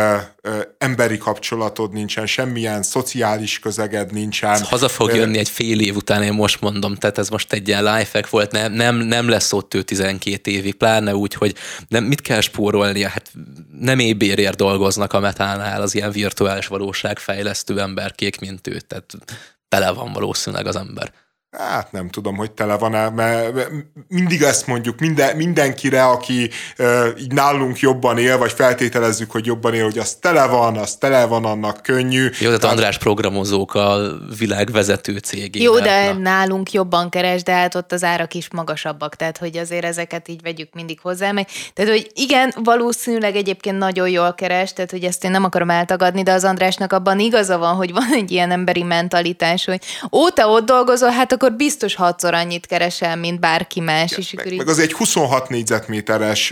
emberi kapcsolatod nincsen, semmilyen szociális közeged nincsen.
Haza fog jönni egy fél év után, én most mondom, tehát ez most egy ilyen lifehack volt, nem lesz ott ő 12 évig, pláne úgy, hogy mit kell spórolnia, hát nem éjbérért dolgoznak a Metánál az ilyen virtuális valóságfejlesztő emberkék, mint ő, tehát tele van valószínűleg az ember.
Hát nem tudom, hogy tele van-e, mert mindig ezt mondjuk mindenkire, aki így nálunk jobban él, vagy feltételezzük, hogy jobban él, hogy az tele van, annak könnyű.
Jó, tehát András programozók a világ vezető cégében.
Jó, de nálunk jobban keres, de hát ott az árak is magasabbak, tehát hogy azért ezeket így vegyük mindig hozzá meg. Tehát, hogy igen, valószínűleg egyébként nagyon jól keres, tehát hogy ezt én nem akarom eltagadni, de az Andrásnak abban igaza van, hogy van egy ilyen emberi mentalitás, hogy te ott dolgozol, hát akkor biztos 6-szor annyit keresel, mint bárki más.
Igen, meg az egy 26 négyzetméteres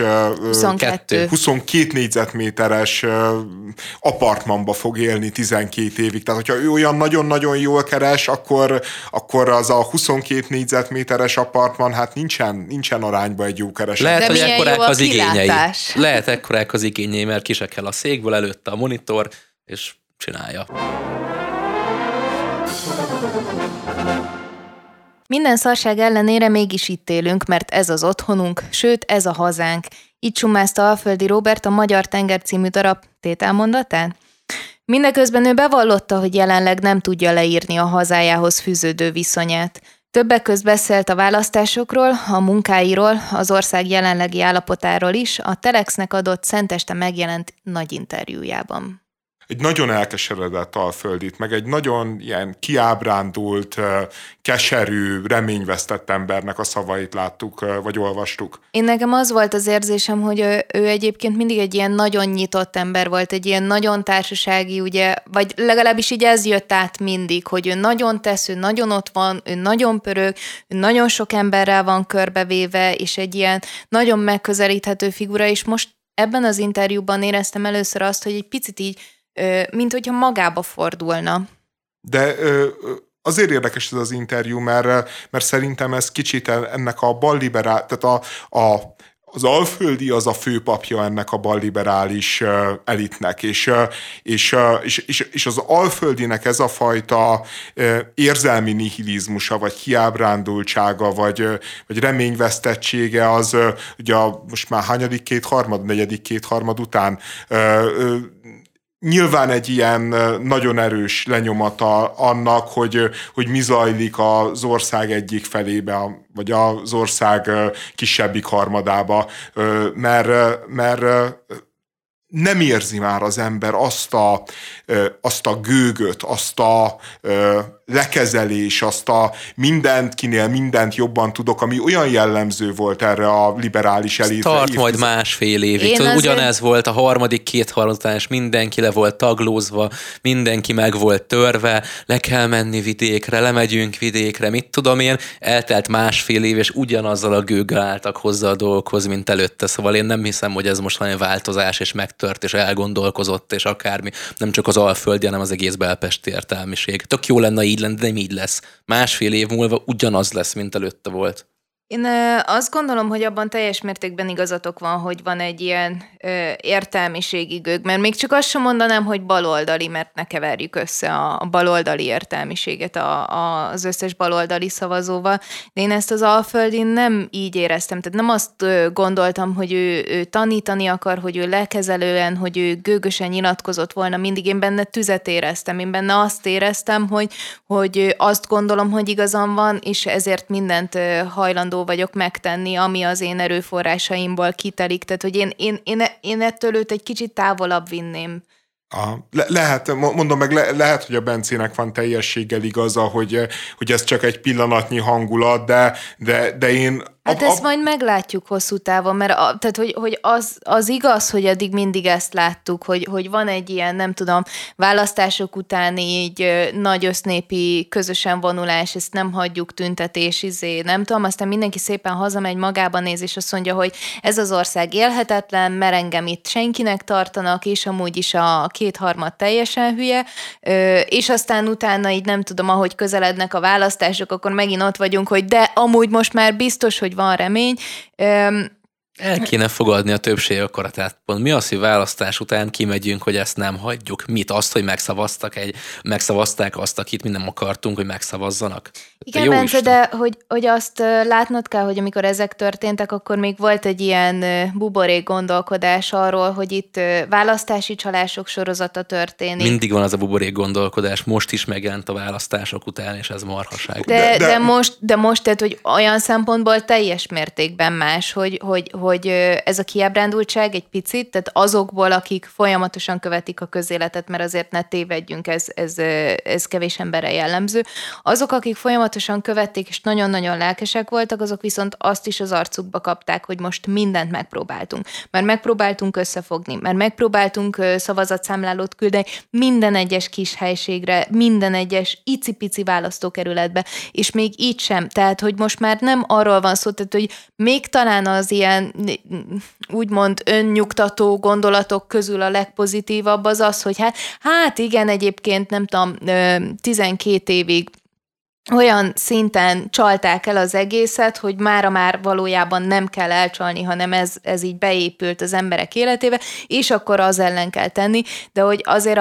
22 négyzetméteres apartmanba fog élni 12 évig. Tehát, hogyha ő olyan nagyon-nagyon jól keres, akkor az a 22 négyzetméteres apartman hát nincsen arányba egy jó kereslet.
Lehet, hogy ekkorák az igényei. Lehet ekkorák az igényei, mert ki se kell a székből, előtte a monitor, és csinálja.
Minden szarság ellenére mégis itt élünk, mert ez az otthonunk, sőt ez a hazánk. Így summázta Alföldi Róbert a Magyar Tenger című darab tételmondatán. Mindeközben ő bevallotta, hogy jelenleg nem tudja leírni a hazájához fűződő viszonyát. Többek között beszélt a választásokról, a munkáiról, az ország jelenlegi állapotáról is, a Telexnek adott szenteste megjelent nagy interjújában.
Egy nagyon elkeseredett Alföldit, meg egy nagyon ilyen kiábrándult, keserű, reményvesztett embernek a szavait láttuk, vagy olvastuk.
Én nekem az volt az érzésem, hogy ő egyébként mindig egy ilyen nagyon nyitott ember volt, egy ilyen nagyon társasági, ugye, vagy legalábbis így ez jött át mindig, hogy ő nagyon tesz, ő nagyon ott van, ő nagyon pörög, ő nagyon sok emberrel van körbevéve, és egy ilyen nagyon megközelíthető figura, és most ebben az interjúban éreztem először azt, hogy egy picit így mint hogyha magába fordulna.
De azért érdekes ez az interjú, mert szerintem ez kicsit ennek a balliberál, tehát az Alföldi az a főpapja ennek a balliberális elitnek, és az Alföldinek ez a fajta érzelmi nihilizmusa, vagy kiábrándultsága, vagy reményvesztettsége az ugye most már negyedik kétharmad után nyilván egy ilyen nagyon erős lenyomata annak, hogy mi zajlik az ország egyik felébe, vagy az ország kisebbik harmadába, mert nem érzi már az ember azt a gőgöt, azt a lekezelés, azt a kinél mindent jobban tudok, ami olyan jellemző volt erre a liberális elétre.
Tart majd másfél évig. Ugyanez volt a harmadik kétharmad után, és mindenki le volt taglózva, mindenki meg volt törve, le kell menni vidékre, lemegyünk vidékre, mit tudom én, eltelt másfél év, és ugyanazzal a gőggel álltak hozzá a dolgokhoz, mint előtte. Szóval én nem hiszem, hogy ez most valami változás, és megtört, és elgondolkozott, és akármi. Nem csak az Alföldi, hanem az egész belpesti értelmiség. Tök jó lenne így lenne, de nem így lesz. Másfél év múlva ugyanaz lesz, mint előtte volt.
Én azt gondolom, hogy abban teljes mértékben igazatok van, hogy van egy ilyen értelmiségi gőg, mert még csak azt sem mondanám, hogy baloldali, mert ne keverjük össze a baloldali értelmiséget az összes baloldali szavazóval, de én ezt az Alföldin nem így éreztem, tehát nem azt gondoltam, hogy ő tanítani akar, hogy ő lekezelően, hogy ő gőgösen nyilatkozott volna, mindig én benne tüzet éreztem, én benne azt éreztem, hogy azt gondolom, hogy igazam van, és ezért mindent hajlandó vagyok megtenni, ami az én erőforrásaimból kitelik. Tehát, hogy én ettől őt egy kicsit távolabb vinném.
Lehet, mondom meg, lehet, hogy a Bencének van teljességgel igaza, hogy ez csak egy pillanatnyi hangulat, de én...
Hát ezt majd meglátjuk hosszú távon, mert tehát, hogy az igaz, hogy addig mindig ezt láttuk, hogy van egy ilyen, nem tudom, választások után így nagy össznépi közösen vonulás, ezt nem hagyjuk, tüntetés, nem tudom, aztán mindenki szépen hazamegy, magába néz, és azt mondja, hogy ez az ország élhetetlen, mert engem itt senkinek tartanak, és amúgy is a kétharmad teljesen hülye, és aztán utána így nem tudom, ahogy közelednek a választások, akkor megint ott vagyunk, hogy de amúgy most már biztos, hogy van remény.
El kéne fogadni a többség akaratát. Mi az, hogy választás után kimegyünk, hogy ezt nem hagyjuk? Mit? Azt, hogy megszavazták azt, akit mi nem akartunk, hogy megszavazzanak?
Igen, Bence, de hogy azt látnod kell, hogy amikor ezek történtek, akkor még volt egy ilyen buborék gondolkodás arról, hogy itt választási csalások sorozata történik.
Mindig van az a buborék gondolkodás, most is megjelent a választások után, és ez marhaság.
De most, tehát, hogy olyan szempontból teljes mértékben más, hogy ez a kiábrándultság egy picit, tehát azokból, akik folyamatosan követik a közéletet, mert azért ne tévedjünk, ez kevés emberre jellemző, azok, akik folyamatosan követték, és nagyon-nagyon lelkesek voltak, azok viszont azt is az arcukba kapták, hogy most mindent megpróbáltunk. Mert megpróbáltunk összefogni, mert megpróbáltunk szavazatszámlálót küldeni minden egyes kis helységre, minden egyes icipici választókerületbe, és még így sem. Tehát, hogy most már nem arról van szó, tehát, hogy még talán az ilyen úgymond önnyugtató gondolatok közül a legpozitívabb az, hogy hát igen, egyébként nem tudom, 12 évig olyan szinten csalták el az egészet, hogy mára már valójában nem kell elcsalni, hanem ez így beépült az emberek életébe, és akkor az ellen kell tenni, de hogy azért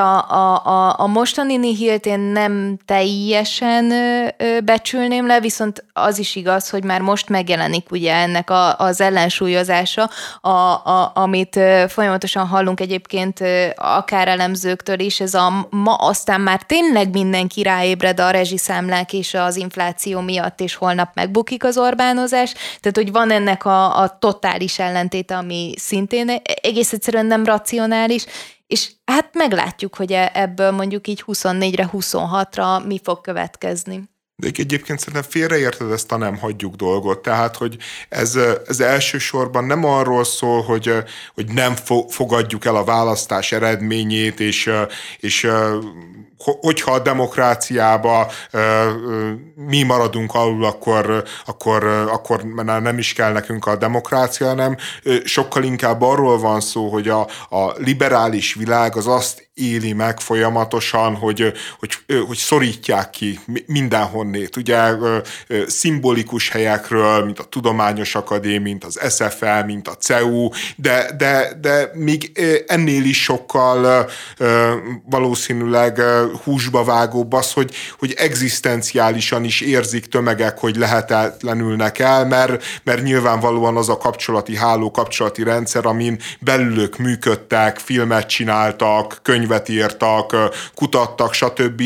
a mostani nihilt én nem teljesen becsülném le, viszont az is igaz, hogy már most megjelenik ugye ennek az ellensúlyozása, amit folyamatosan hallunk egyébként akár elemzőktől is, ez ma aztán már tényleg mindenki ráébred a rezsiszámlák és az infláció miatt, és holnap megbukik az Orbánozás. Tehát, hogy van ennek a totális ellentéte, ami szintén egész egyszerűen nem racionális, és hát meglátjuk, hogy ebből mondjuk így 24-re, 26-ra mi fog következni.
De egyébként szerintem félreérted ezt a nem hagyjuk dolgot. Tehát, hogy ez elsősorban nem arról szól, hogy nem fogadjuk el a választás eredményét, és hogyha a demokráciába mi maradunk alul, akkor nem is kell nekünk a demokrácia, hanem sokkal inkább arról van szó, hogy a liberális világ az azt éli meg folyamatosan, hogy szorítják ki mindenhonnét. Ugye szimbolikus helyekről, mint a Tudományos Akadémia, mint az SFL, mint a CEU, de még ennél is sokkal valószínűleg húsba vágóbb az, hogy egzisztenciálisan is érzik tömegek, hogy lehetetlenülnek el, mert nyilvánvalóan az a kapcsolati háló, kapcsolati rendszer, amin belülök működtek, filmet csináltak, könyvet írtak, kutattak, stb.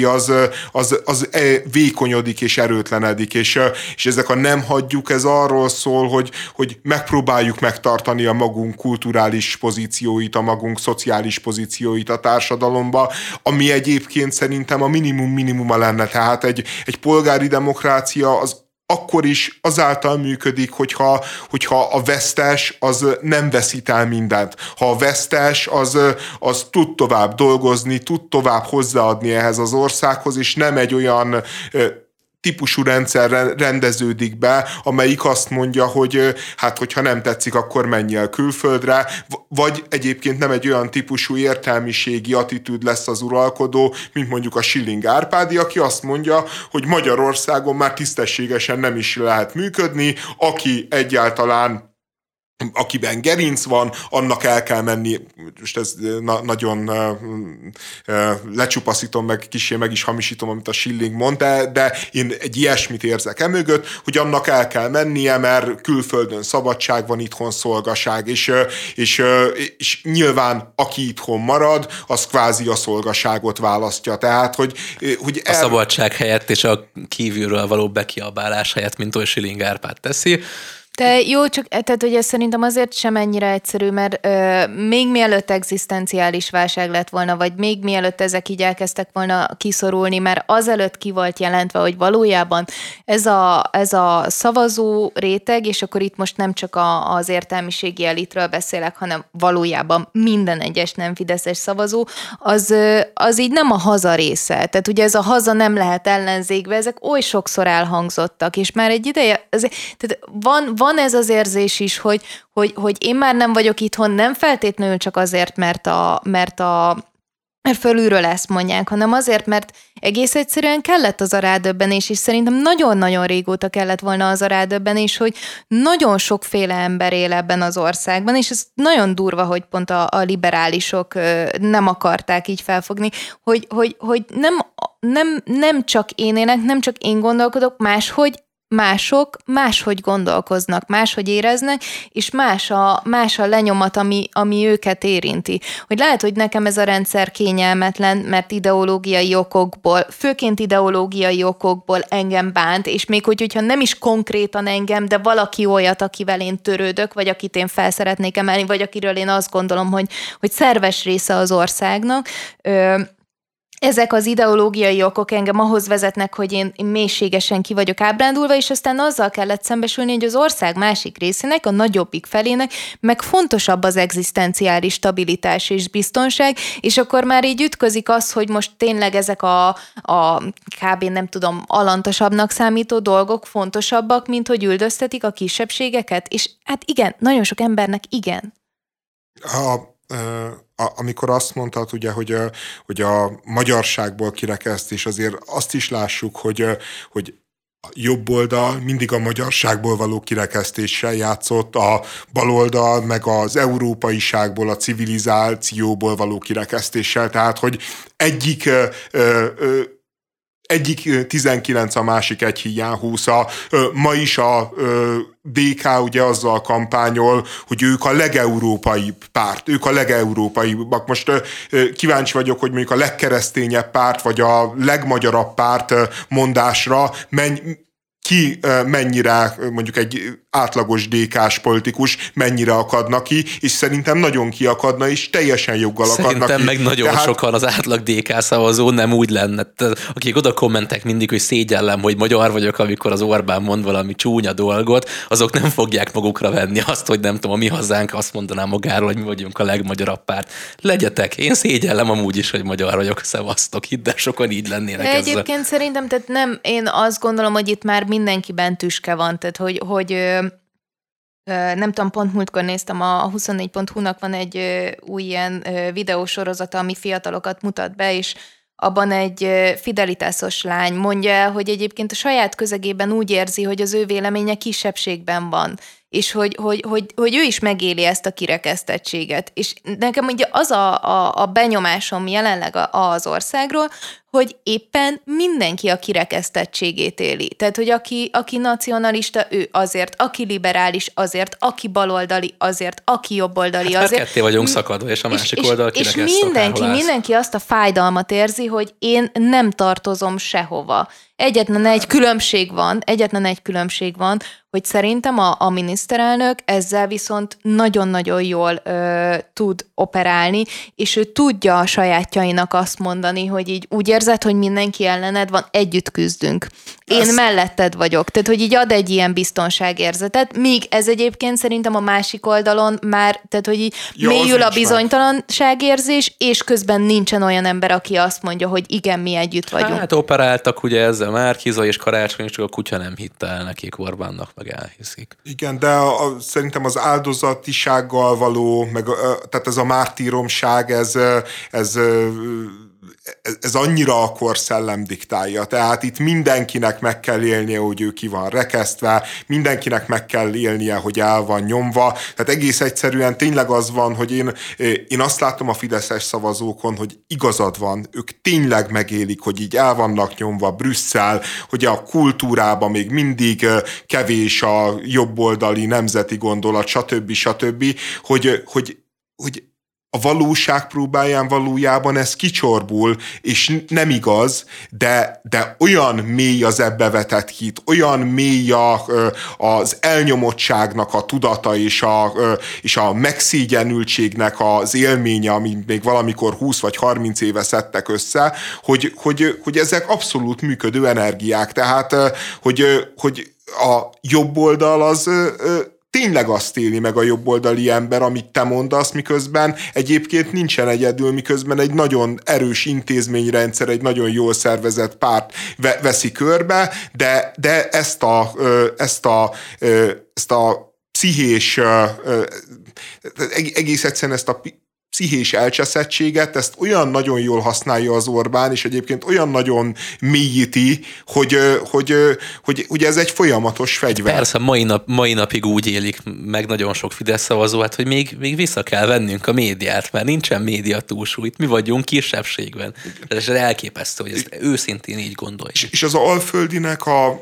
Az vékonyodik és erőtlenedik, és ezek a nem hagyjuk, ez arról szól, hogy megpróbáljuk megtartani a magunk kulturális pozícióit, a magunk szociális pozícióit a társadalomba, ami egyébként szerintem a minimuma lenne. Tehát egy polgári demokrácia az akkor is azáltal működik, hogyha a vesztes az nem veszít el mindent. Ha a vesztes az tud tovább dolgozni, tud tovább hozzáadni ehhez az országhoz, és nem egy olyan típusú rendszer rendeződik be, amelyik azt mondja, hogy hát, hogyha nem tetszik, akkor menj el külföldre, vagy egyébként nem egy olyan típusú értelmiségi attitűd lesz az uralkodó, mint mondjuk a Schilling Árpádi, aki azt mondja, hogy Magyarországon már tisztességesen nem is lehet működni, aki egyáltalán akiben gerinc van, annak el kell menni, most ez nagyon lecsupaszítom, meg kissé meg is hamisítom, amit a Schilling mond, de én egy ilyesmit érzek emögött, hogy annak el kell mennie, mert külföldön szabadság van, itthon szolgaság, és nyilván aki itthon marad, az kvázi a szolgaságot választja. Tehát, hogy
a szabadság helyett és a kívülről való bekiabálás helyett, mint oly Schilling Árpád teszi.
De jó, csak tehát ugye szerintem azért sem ennyire egyszerű, mert még mielőtt egzisztenciális válság lett volna, vagy még mielőtt ezek így elkezdtek volna kiszorulni, mert azelőtt ki volt jelentve, hogy valójában ez a szavazó réteg, és akkor itt most nem csak az értelmiségi elitről beszélek, hanem valójában minden egyes nem fideszes szavazó, az így nem a haza része. Tehát ugye ez a haza nem lehet ellenzékbe, ezek oly sokszor elhangzottak, és már egy ideje, tehát van ez az érzés is, hogy én már nem vagyok itthon, nem feltétlenül csak azért, mert fölülről ezt mondják, hanem azért, mert egész egyszerűen kellett az a rádöbbenés, és szerintem nagyon-nagyon régóta kellett volna az a rádöbbenés, hogy nagyon sokféle ember él ebben az országban, és ez nagyon durva, hogy pont a liberálisok nem akarták így felfogni, hogy nem csak én élek, nem csak én gondolkodok, mások máshogy gondolkoznak, máshogy éreznek, és más a lenyomat, ami őket érinti. Hogy lehet, hogy nekem ez a rendszer kényelmetlen, mert főként ideológiai okokból engem bánt, és még hogyha nem is konkrétan engem, de valaki olyat, akivel én törődök, vagy akit én fel szeretnék emelni, vagy akiről én azt gondolom, hogy szerves része az országnak, ezek az ideológiai okok engem ahhoz vezetnek, hogy én mélységesen ki vagyok ábrándulva, és aztán azzal kellett szembesülni, hogy az ország másik részének, a nagyobbik felének meg fontosabb az egzisztenciális stabilitás és biztonság, és akkor már így ütközik az, hogy most tényleg ezek a kb. Nem tudom, alantasabbnak számító dolgok fontosabbak, mint hogy üldöztetik a kisebbségeket, és hát igen, nagyon sok embernek igen.
Amikor azt mondtad, ugye, hogy a magyarságból kirekesztés, azért azt is lássuk, hogy a jobb oldal mindig a magyarságból való kirekesztéssel játszott, a bal oldal meg az európaiságból, a civilizációból való kirekesztéssel, tehát hogy egyik 19, a másik egy híján 20. Ma is a DK ugye azzal kampányol, hogy ők a legeurópaibb párt, ők a legeurópaibbak. Most kíváncsi vagyok, hogy mondjuk a legkeresztényebb párt, vagy a legmagyarabb párt mondásra ki mennyire, mondjuk egy átlagos DK-s politikus mennyire akadna ki, és szerintem nagyon kiakadna, és teljesen joggal akadna ki.
Szerintem meg nagyon sokan az átlag DK szavazó nem úgy lenne. Akik oda kommentek mindig, hogy szégyellem, hogy magyar vagyok, amikor az Orbán mond valami csúnya dolgot, azok nem fogják magukra venni azt, hogy nem tudom, a Mi Hazánk azt mondaná magáról, hogy mi vagyunk a legmagyarabb párt. Legyetek, én szégyellem amúgy is, hogy magyar vagyok, szevasztok, hidd el, sokan így lennének ezzel.
Egyébként szerintem, tehát nem, én azt gondolom, hogy itt már mindenkiben tüske van, tehát hogy nem tudom, pont múltkor néztem, a 24.hu-nak van egy új ilyen videósorozata, ami fiatalokat mutat be, és abban egy fidelitásos lány mondja el, hogy egyébként a saját közegében úgy érzi, hogy az ő véleménye kisebbségben van, és hogy ő is megéli ezt a kirekesztettséget. És nekem ugye az a benyomásom jelenleg az országról, hogy éppen mindenki a kirekesztettségét éli. Tehát, hogy aki nacionalista, ő azért, aki liberális azért, aki baloldali azért, aki jobboldali azért.
Hát ketté vagyunk szakadva, és a másik oldal kirekesztett.
És mindenki azt a fájdalmat érzi, hogy én nem tartozom sehova. Egyetlen egy különbség van, hogy szerintem a miniszterelnök ezzel viszont nagyon-nagyon jól tud operálni, és ő tudja a sajátjainak azt mondani, hogy így úgy érzed, hogy mindenki ellened van, együtt küzdünk. Én melletted vagyok. Tehát, hogy így ad egy ilyen biztonságérzetet, míg ez egyébként szerintem a másik oldalon már, tehát, hogy így mélyül a bizonytalanságérzés, és közben nincsen olyan ember, aki azt mondja, hogy igen, mi együtt vagyunk.
Hát operáltak ugye ezzel Márki-Zay és Karácsony, csak a kutya nem hitte el nekik, Orbánnak meg elhiszik.
Igen, de szerintem az áldozatisággal való, tehát ez a mártíromság, ez annyira a korszellem diktálja. Tehát itt mindenkinek meg kell élnie, hogy ő ki van rekesztve, mindenkinek meg kell élnie, hogy el van nyomva. Tehát egész egyszerűen tényleg az van, hogy én azt látom a fideszes szavazókon, hogy igazad van, ők tényleg megélik, hogy így el vannak nyomva Brüsszel, hogy a kultúrában még mindig kevés a jobboldali nemzeti gondolat, stb. Hogy a valóság próbáján valójában ez kicsorbul, és nem igaz, de olyan mély az ebbe vetett hit, olyan mély az elnyomottságnak a tudata és a megszégyenültségnek az élménye, amit még valamikor 20 vagy 30 éve szedtek össze, hogy ezek abszolút működő energiák. Tehát, hogy a jobb oldal az tényleg azt éli meg a jobboldali ember, amit te mondasz, miközben egyébként nincsen egyedül, miközben egy nagyon erős intézményrendszer, egy nagyon jól szervezett párt veszi körbe, de ezt a pszichés, egész egyszerűen ezt a pszichés elcseszettséget, ezt olyan nagyon jól használja az Orbán, és egyébként olyan nagyon mélyíti, hogy ez egy folyamatos fegyver.
Persze, mai napig úgy élik meg nagyon sok Fidesz szavazó, hát, hogy még vissza kell vennünk a médiát, mert nincsen média túlsúly, mi vagyunk kisebbségben. Ez elképesztő, hogy ezt őszintén így gondolja.
És az Alföldinek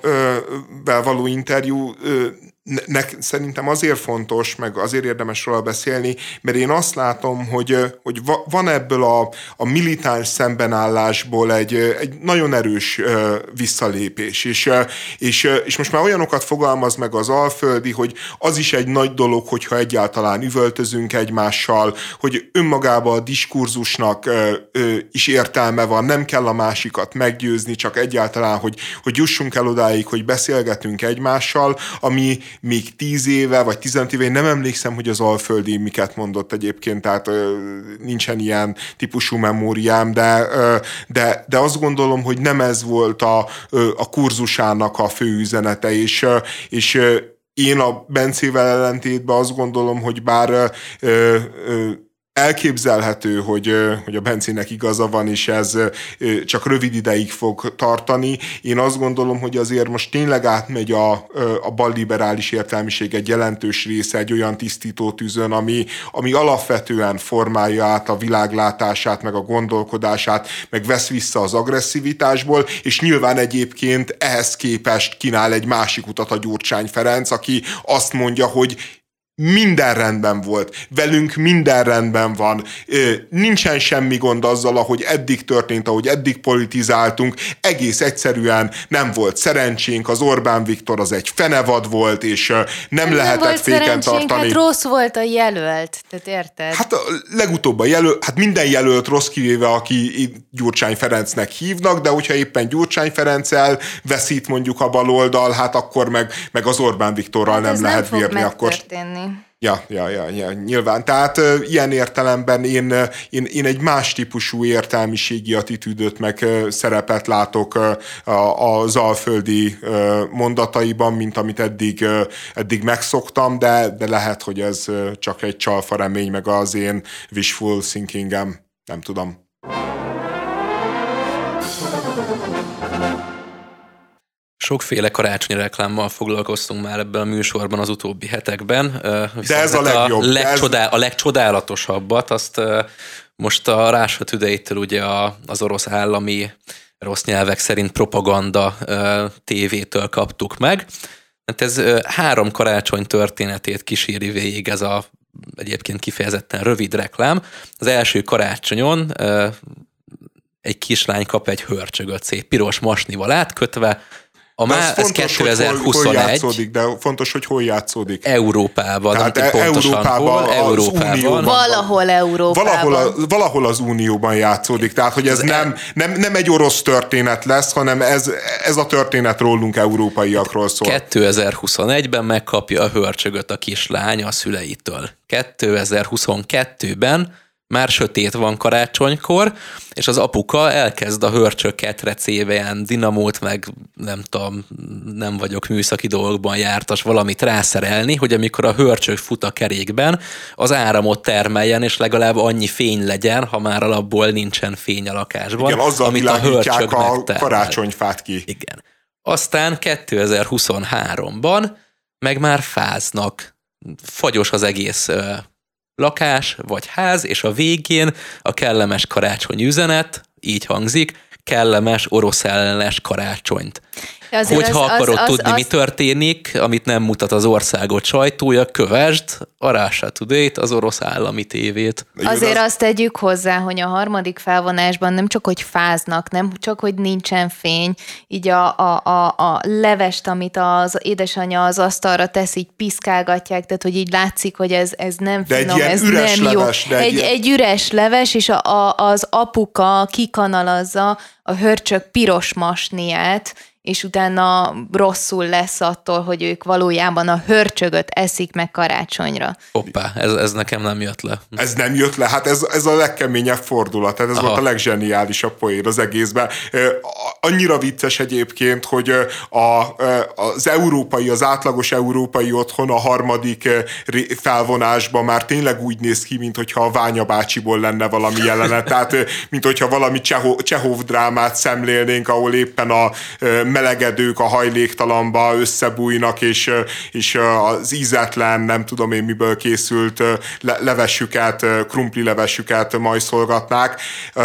való interjú szerintem azért fontos, meg azért érdemes róla beszélni, mert én azt látom, hogy van ebből a militáns szembenállásból egy nagyon erős visszalépés, és most már olyanokat fogalmaz meg az Alföldi, hogy az is egy nagy dolog, hogyha egyáltalán üvöltözünk egymással, hogy önmagában a diskurzusnak is értelme van, nem kell a másikat meggyőzni, csak egyáltalán, hogy jussunk el odáig, hogy beszélgetünk egymással, ami még 10 éve, vagy 15 éve, én nem emlékszem, hogy az Alföldi miket mondott egyébként, tehát nincsen ilyen típusú memóriám, de azt gondolom, hogy nem ez volt a kurzusának a fő üzenete, és én a Bencével ellentétben azt gondolom, hogy bár elképzelhető, hogy a Bencének igaza van, és ez csak rövid ideig fog tartani. Én azt gondolom, hogy azért most tényleg átmegy a balliberális értelmiség egy jelentős része egy olyan tisztítótűzön, ami alapvetően formálja át a világlátását, meg a gondolkodását, meg vesz vissza az agresszivitásból, és nyilván egyébként ehhez képest kínál egy másik utat a Gyurcsány Ferenc, aki azt mondja, hogy minden rendben volt, velünk minden rendben van, nincsen semmi gond azzal, ahogy eddig történt, ahogy eddig politizáltunk, egész egyszerűen nem volt szerencsénk, az Orbán Viktor az egy fenevad volt, és nem lehetett féken tartani.
Hát rossz volt a jelölt, tehát érted?
Hát legutóbb a jelölt, hát minden jelölt rossz, kivéve aki Gyurcsány Ferencnek hívnak, de hogyha éppen Gyurcsány Ferenccel veszít mondjuk a baloldal, hát akkor meg az Orbán Viktorral nem lehet bírni. Akkor Ja, nyilván. Tehát ilyen értelemben én egy más típusú értelmiségi attitűdöt meg szerepet látok az Alföldi mondataiban, mint amit eddig megszoktam, de lehet, hogy ez csak egy csalfa remény, meg az én wishful thinkingem, nem tudom.
Sokféle karácsonyi reklámmal foglalkoztunk már ebben a műsorban az utóbbi hetekben.
De ez a legjobb.
A legcsodálatosabbat, azt Most a Russia Today-től ugye az orosz állami rossz nyelvek szerint propaganda tévétől kaptuk meg. Hát ez 3 karácsony történetét kíséri végig ez a egyébként kifejezetten rövid reklám. Az első karácsonyon egy kislány kap egy hörcsögöt szép piros masnival átkötve. Ez 2021.
Hol játszódik, de fontos, hogy hol játszódik.
Európában. Tehát Európában.
Valahol Európában.
Valahol az Unióban játszódik. Tehát, hogy ez nem egy orosz történet lesz, hanem ez a történet rólunk, európaiakról szól.
2021-ben megkapja a hörcsögöt a kislány a szüleitől. 2022-ben már sötét van karácsonykor, és az apuka elkezd a hörcsög ketrecébe ilyen dinamót, meg nem tudom, nem vagyok műszaki dolgokban jártas, valamit rászerelni, hogy amikor a hörcsög fut a kerékben, az áramot termeljen, és legalább annyi fény legyen, ha már alapból nincsen fény a lakásban.
Igen, azzal amit a hörcsög a karácsonyfát ki.
Igen. Aztán 2023-ban meg már fáznak. Fagyos az egész lakás vagy ház, és a végén a kellemes karácsony üzenet így hangzik: kellemes orosz ellenes karácsonyt. Hogyha akarod tudni, mi történik, amit nem mutat az országot sajtója, kövesd a Russia Today-t, az orosz állami tévét.
Azért azt tegyük hozzá, hogy a harmadik felvonásban nem csak, hogy fáznak, nem csak, hogy nincsen fény, így a levest, amit az édesanyja az asztalra tesz, így piszkálgatják, tehát hogy így látszik, hogy ez nem finom, ez nem jó. Egy üres leves, és az apuka kikanalazza a hörcsög piros masniát, és utána rosszul lesz attól, hogy ők valójában a hörcsögöt eszik meg karácsonyra.
Hoppá, ez nekem nem jött le.
Ez nem jött le? Hát ez a legkeményebb fordulat, ez volt a legzseniálisabb poén az egészben. Annyira vicces egyébként, hogy az átlagos európai otthon a harmadik felvonásban már tényleg úgy néz ki, mintha a Ványa bácsiból lenne valami jelenet, tehát mintha valami Csehov drámát szemlélnénk, ahol éppen a melegedők a hajléktalanba összebújnak, és az ízetlen, nem tudom én miből készült levesüket, krumpli levesüket majszolgatnák.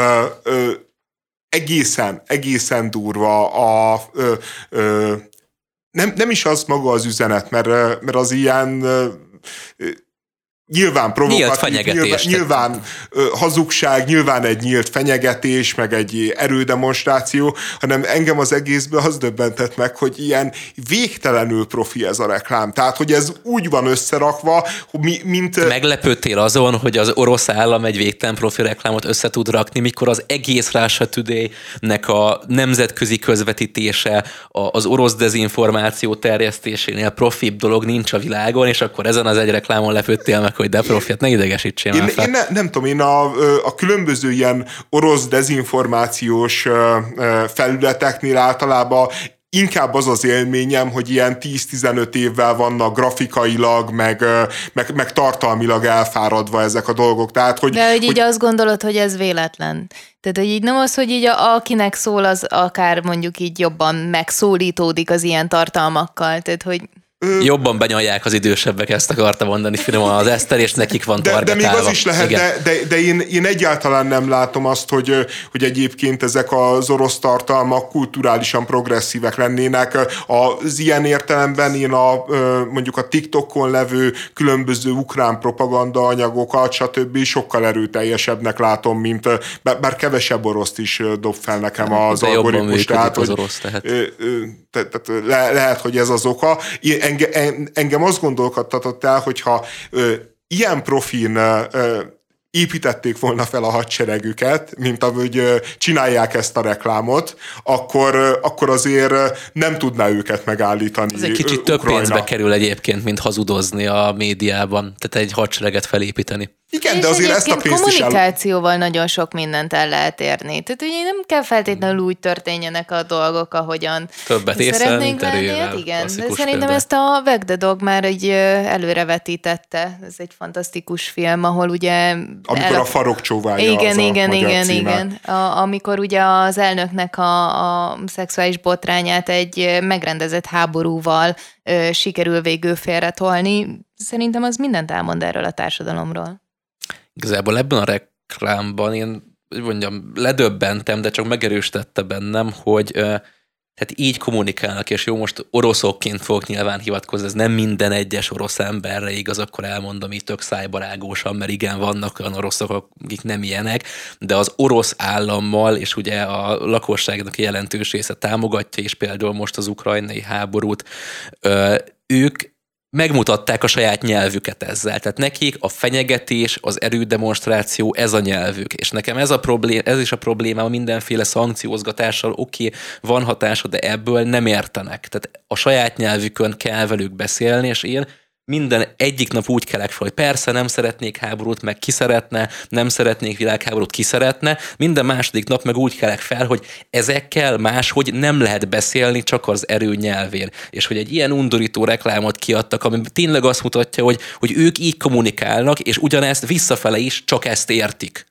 Egészen durva nem is az maga az üzenet, mert az ilyen nyilván provokatív, nyilván hazugság, nyilván egy nyílt fenyegetés, meg egy erődemonstráció, hanem engem az egészből az döbbentett meg, hogy ilyen végtelenül profi ez a reklám. Tehát, hogy ez úgy van összerakva, mint...
Meglepődtél azon, hogy az orosz állam egy végtelen profi reklámot össze tud rakni, mikor az egész Russia Today-nek a nemzetközi közvetítése, az orosz dezinformáció terjesztésénél profibb dolog nincs a világon, és akkor ezen az egy reklámon lepődtél meg, hogy de profiat, ne idegesítsél már fel.
Én nem tudom, én a különböző ilyen orosz dezinformációs felületeknél általában inkább az az élményem, hogy ilyen 10-15 évvel vannak grafikailag, meg tartalmilag elfáradva ezek a dolgok. Tehát,
de hogy így azt gondolod, hogy ez véletlen. Tehát, hogy így nem az, hogy így akinek szól, az akár mondjuk így jobban megszólítódik az ilyen tartalmakkal. Tehát, hogy
jobban benyalják az idősebbek, ezt akarta mondani finoman az Eszter, és nekik van targetálva.
De még az is lehet, de én egyáltalán nem látom azt, hogy egyébként ezek az orosz tartalmak kulturálisan progresszívek lennének. Az ilyen értelemben én mondjuk a TikTokon levő különböző ukrán propaganda anyagokat, stb. Sokkal erőteljesebbnek látom, mint bár kevesebb oroszt is dob fel nekem az algoritmus. Tehát,
az orosz, tehát
lehet, hogy ez az oka. Engem azt gondolkodtatott el, hogyha ilyen profin építették volna fel a hadseregüket, mint ahogy csinálják ezt a reklámot, akkor azért nem tudná őket megállítani.
Ez egy kicsit több pénzbe kerül egyébként, mint hazudozni a médiában, tehát egy hadsereget felépíteni.
Igen,
és
de azért ezt a pénzt is
kommunikációval nagyon sok mindent el lehet érni. Tehát ugye nem kell feltétlenül úgy történjenek a dolgok, ahogyan
többet észel,
interjúvel. Igen, de szerintem ezt a Weg the Dog már egy előrevetítette. Ez egy fantasztikus film, ahol ugye...
Amikor a farok csóválja
igen. Amikor ugye az elnöknek a szexuális botrányát egy megrendezett háborúval sikerül végül félretolni. Szerintem az mindent elmond erről a társadalomról.
Igazából ebben a reklámban én mondjam, ledöbbentem, de csak megerősítette bennem, hogy tehát így kommunikálnak, és jó, most oroszokként fogok nyilván hivatkozni, ez nem minden egyes orosz emberre igaz, akkor elmondom így tök szájbarágósan, mert igen, vannak olyan oroszok, akik nem ilyenek, de az orosz állammal, és ugye a lakosságnak jelentős része támogatja, és például most az ukrajnai háborút, ők megmutatták a saját nyelvüket ezzel. Tehát nekik a fenyegetés, az erődemonstráció, ez a nyelvük. És nekem ez is a probléma mindenféle szankciózgatással, oké, van hatása, de ebből nem értenek. Tehát a saját nyelvükön kell velük beszélni, és én minden egyik nap úgy kelek fel, hogy persze nem szeretnék háborút, meg ki szeretne, nem szeretnék világháborút, ki szeretne. Minden második nap meg úgy kelek fel, hogy ezekkel máshogy nem lehet beszélni, csak az erő nyelvén. És hogy egy ilyen undorító reklámot kiadtak, ami tényleg azt mutatja, hogy ők így kommunikálnak, és ugyanezt visszafele is csak ezt értik.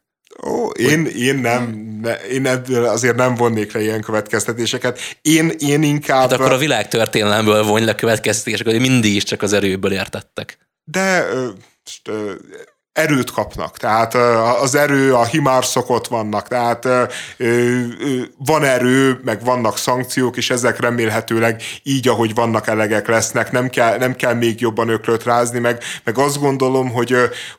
Én ebből azért nem vonnék le ilyen következtetéseket. Én inkább...
Hát akkor a világtörténelemből vonj le következtetéseket, hogy mindig is csak az erőből értettek.
De erőt kapnak, tehát az erő, a himárszok ott vannak, tehát van erő, meg vannak szankciók, és ezek remélhetőleg így, ahogy vannak, elegek lesznek, nem kell még jobban ökröt rázni, meg azt gondolom, hogy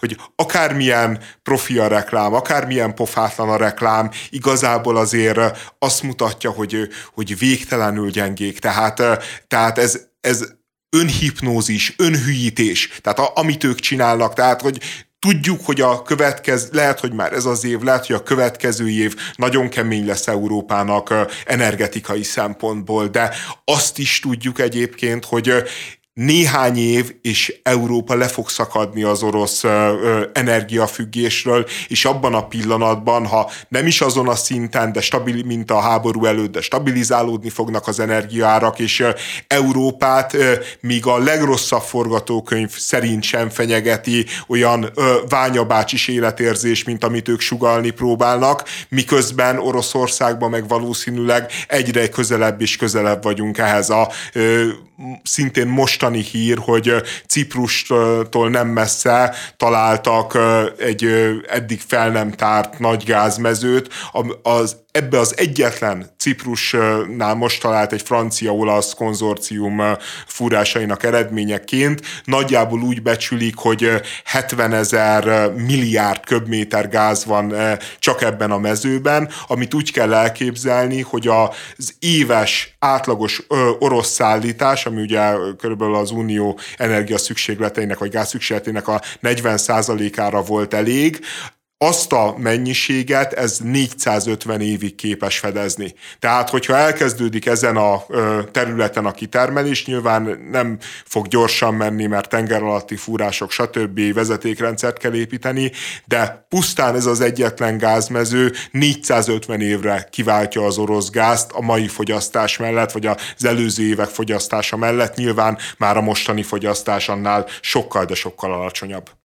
akármilyen profi a reklám, akármilyen pofátlan a reklám, igazából azért azt mutatja, hogy végtelenül gyengék, tehát ez önhipnózis, önhülyítés, tehát amit ők csinálnak, tehát hogy tudjuk, hogy lehet, hogy már ez az év, lehet, hogy a következő év nagyon kemény lesz Európának energetikai szempontból, de azt is tudjuk egyébként, hogy néhány év, és Európa le fog szakadni az orosz energiafüggésről, és abban a pillanatban, ha nem is azon a szinten, de mint a háború előtt, de stabilizálódni fognak az energiaárak, és Európát míg a legrosszabb forgatókönyv szerint sem fenyegeti olyan ványabácsis életérzés, mint amit ők sugallni próbálnak, miközben Oroszországban meg valószínűleg egyre közelebb és közelebb vagyunk ehhez a szintén mostani hír, hogy Ciprustól nem messze találtak egy eddig fel nem tárt nagy gázmezőt. Ebbe az egyetlen Ciprusnál most talált egy francia-olasz konzorcium fúrásainak eredményeként nagyjából úgy becsülik, hogy 70 000 milliárd köbméter gáz van csak ebben a mezőben, amit úgy kell elképzelni, hogy az éves átlagos orosz szállítás, ami ugye körülbelül az unió energia szükségleteinek vagy gáz szükségletének a 40%-ára volt elég, azt a mennyiséget ez 450 évig képes fedezni. Tehát, hogyha elkezdődik ezen a területen a kitermelés, nyilván nem fog gyorsan menni, mert tenger alatti fúrások, stb. Vezetékrendszert kell építeni, de pusztán ez az egyetlen gázmező 450 évre kiváltja az orosz gázt a mai fogyasztás mellett, vagy az előző évek fogyasztása mellett. Nyilván már a mostani fogyasztás annál sokkal, de sokkal alacsonyabb.